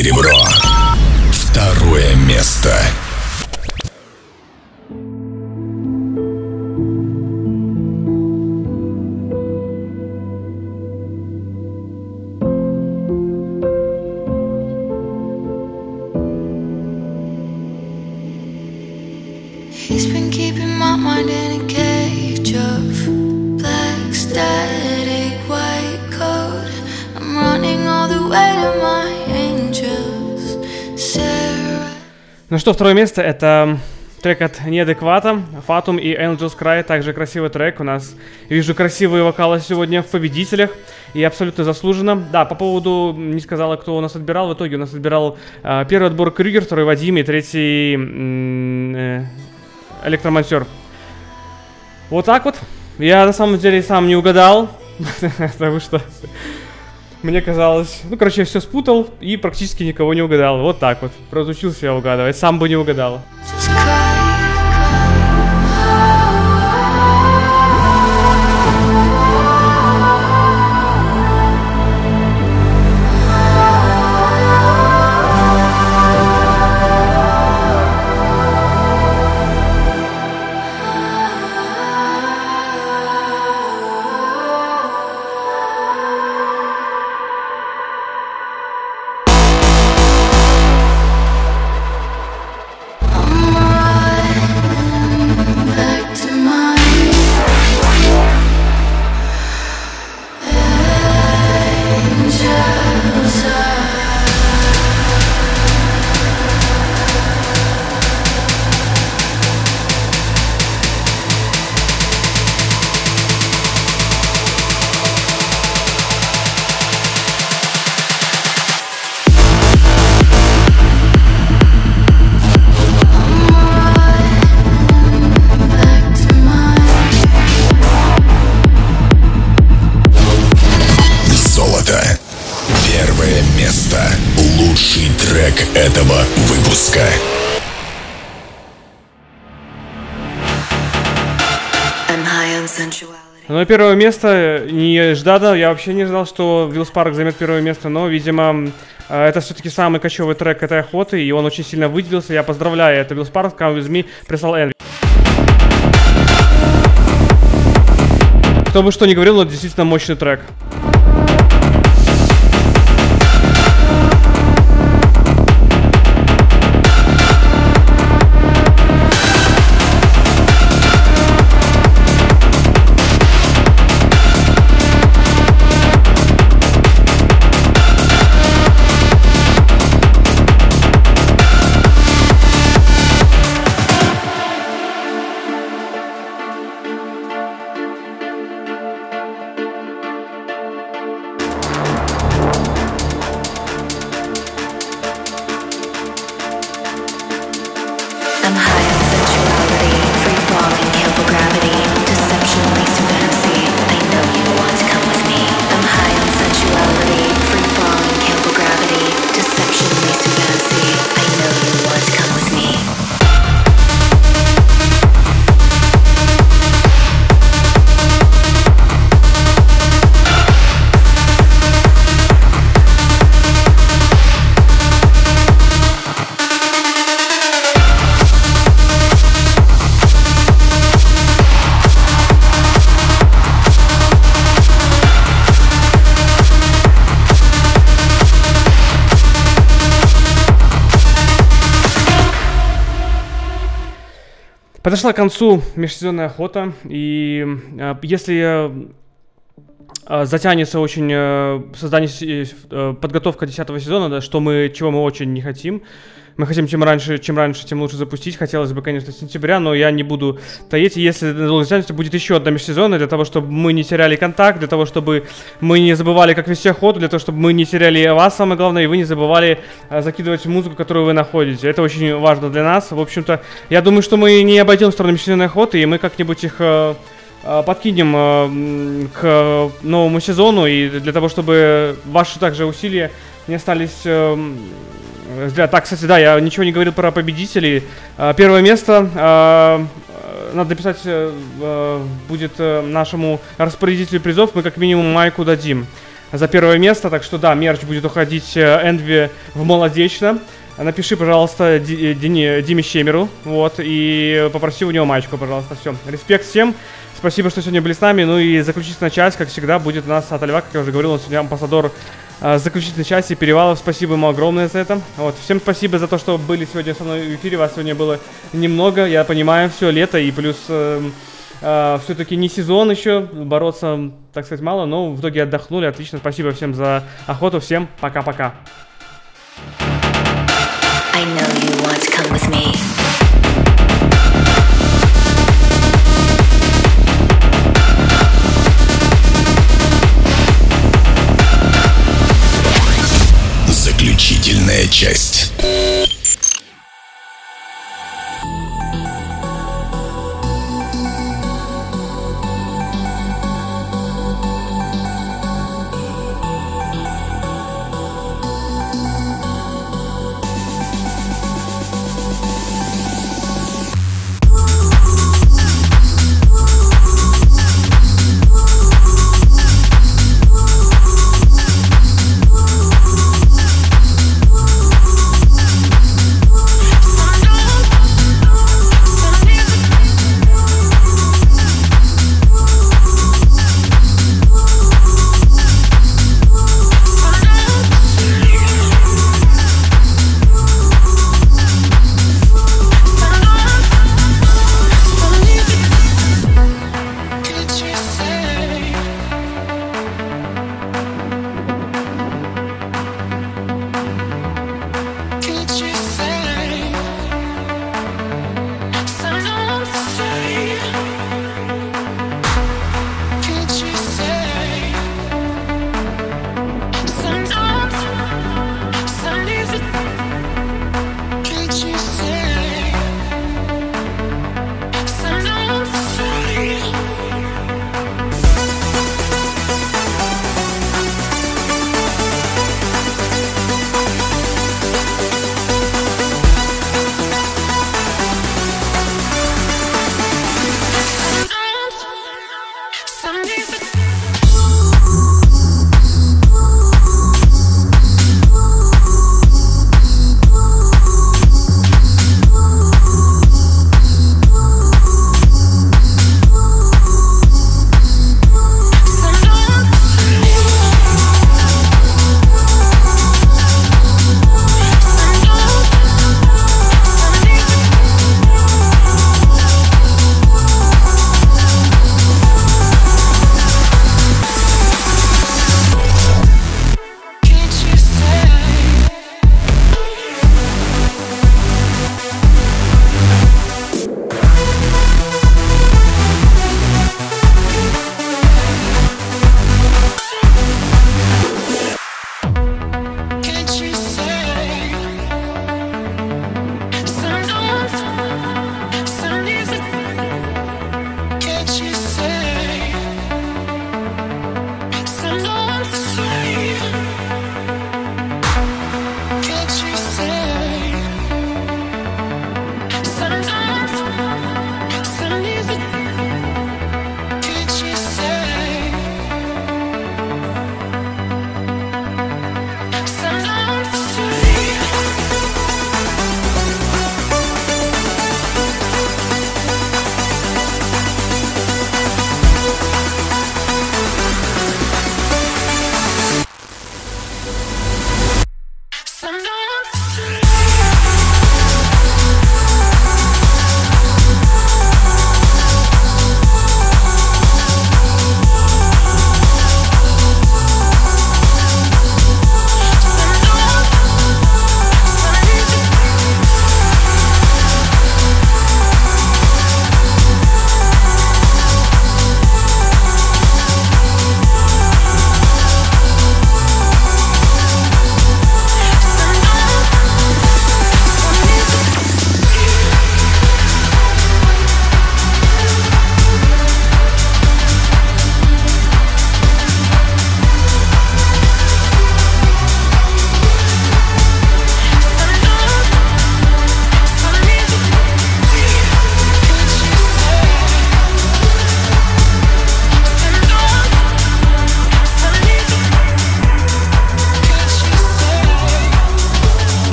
серебро. Второе место. He's been keeping my mind in a cage of black static white code. I'm running all the way to my angels. Sarah. Ну что, второе место — это трек от Неадеквата, Fatum и Angels Cry. Также красивый трек. У нас, вижу, красивые вокалы сегодня в победителях. И абсолютно заслуженно. Да, по поводу, не сказала, кто у нас отбирал. В итоге у нас отбирал э, первый отбор Крюгер, второй Вадим и третий э, Электромонтер. Вот так вот. Я на самом деле сам не угадал. Потому что мне казалось... Ну, короче, я все спутал и практически никого не угадал. Вот так вот. Разучился я угадывать. Сам бы не угадал. Этого выпуска. Ну, первое место нежданно. Я вообще не ждал, что Виллспарк займет первое место, но, видимо, это все-таки самый кочевый трек этой охоты, и он очень сильно выделился. Я поздравляю, это Виллспарк, Come With Me, прислал Энви. Кто бы что ни говорил, но это действительно мощный трек. Подошла к концу межсезонная охота, и э, если э, затянется очень э, создание, э, подготовка десятого сезона, да, что мы, чего мы очень не хотим. Мы хотим чем раньше, чем раньше, тем лучше запустить. Хотелось бы, конечно, с сентября, но я не буду таить. Если долго затянется, будет еще одна межсезонная, для того, чтобы мы не теряли контакт, для того, чтобы мы не забывали, как вести охоту, для того, чтобы мы не теряли вас, самое главное, и вы не забывали а, закидывать музыку, которую вы находите. Это очень важно для нас. В общем-то, я думаю, что мы не обойдем в сторону межсезонной охоты, и мы как-нибудь их а, а, подкинем а, к новому сезону, и для того, чтобы ваши также усилия не остались... А, Так, кстати, да, я ничего не говорил про победителей. Первое место, надо написать, будет нашему распорядителю призов, мы как минимум майку дадим. за первое место. Так что да, мерч будет уходить Энви в Молодечно. Напиши, пожалуйста, Ди, Ди, Диме Щемеру, вот, и попроси у него маечку, пожалуйста. Все, респект всем. Спасибо, что сегодня были с нами. Ну и заключительная часть, как всегда, будет у нас от Льва, как я уже говорил, он сегодня амбассадор э, заключительной части Перевалов. Спасибо ему огромное за это. Вот, всем спасибо за то, что были сегодня со мной в эфире. Вас сегодня было немного, я понимаю, все лето и плюс э, э, все-таки не сезон еще, бороться, так сказать, мало, но в итоге отдохнули. Отлично, спасибо всем за охоту. Всем пока-пока. I know you want to come with me. Заключительная часть.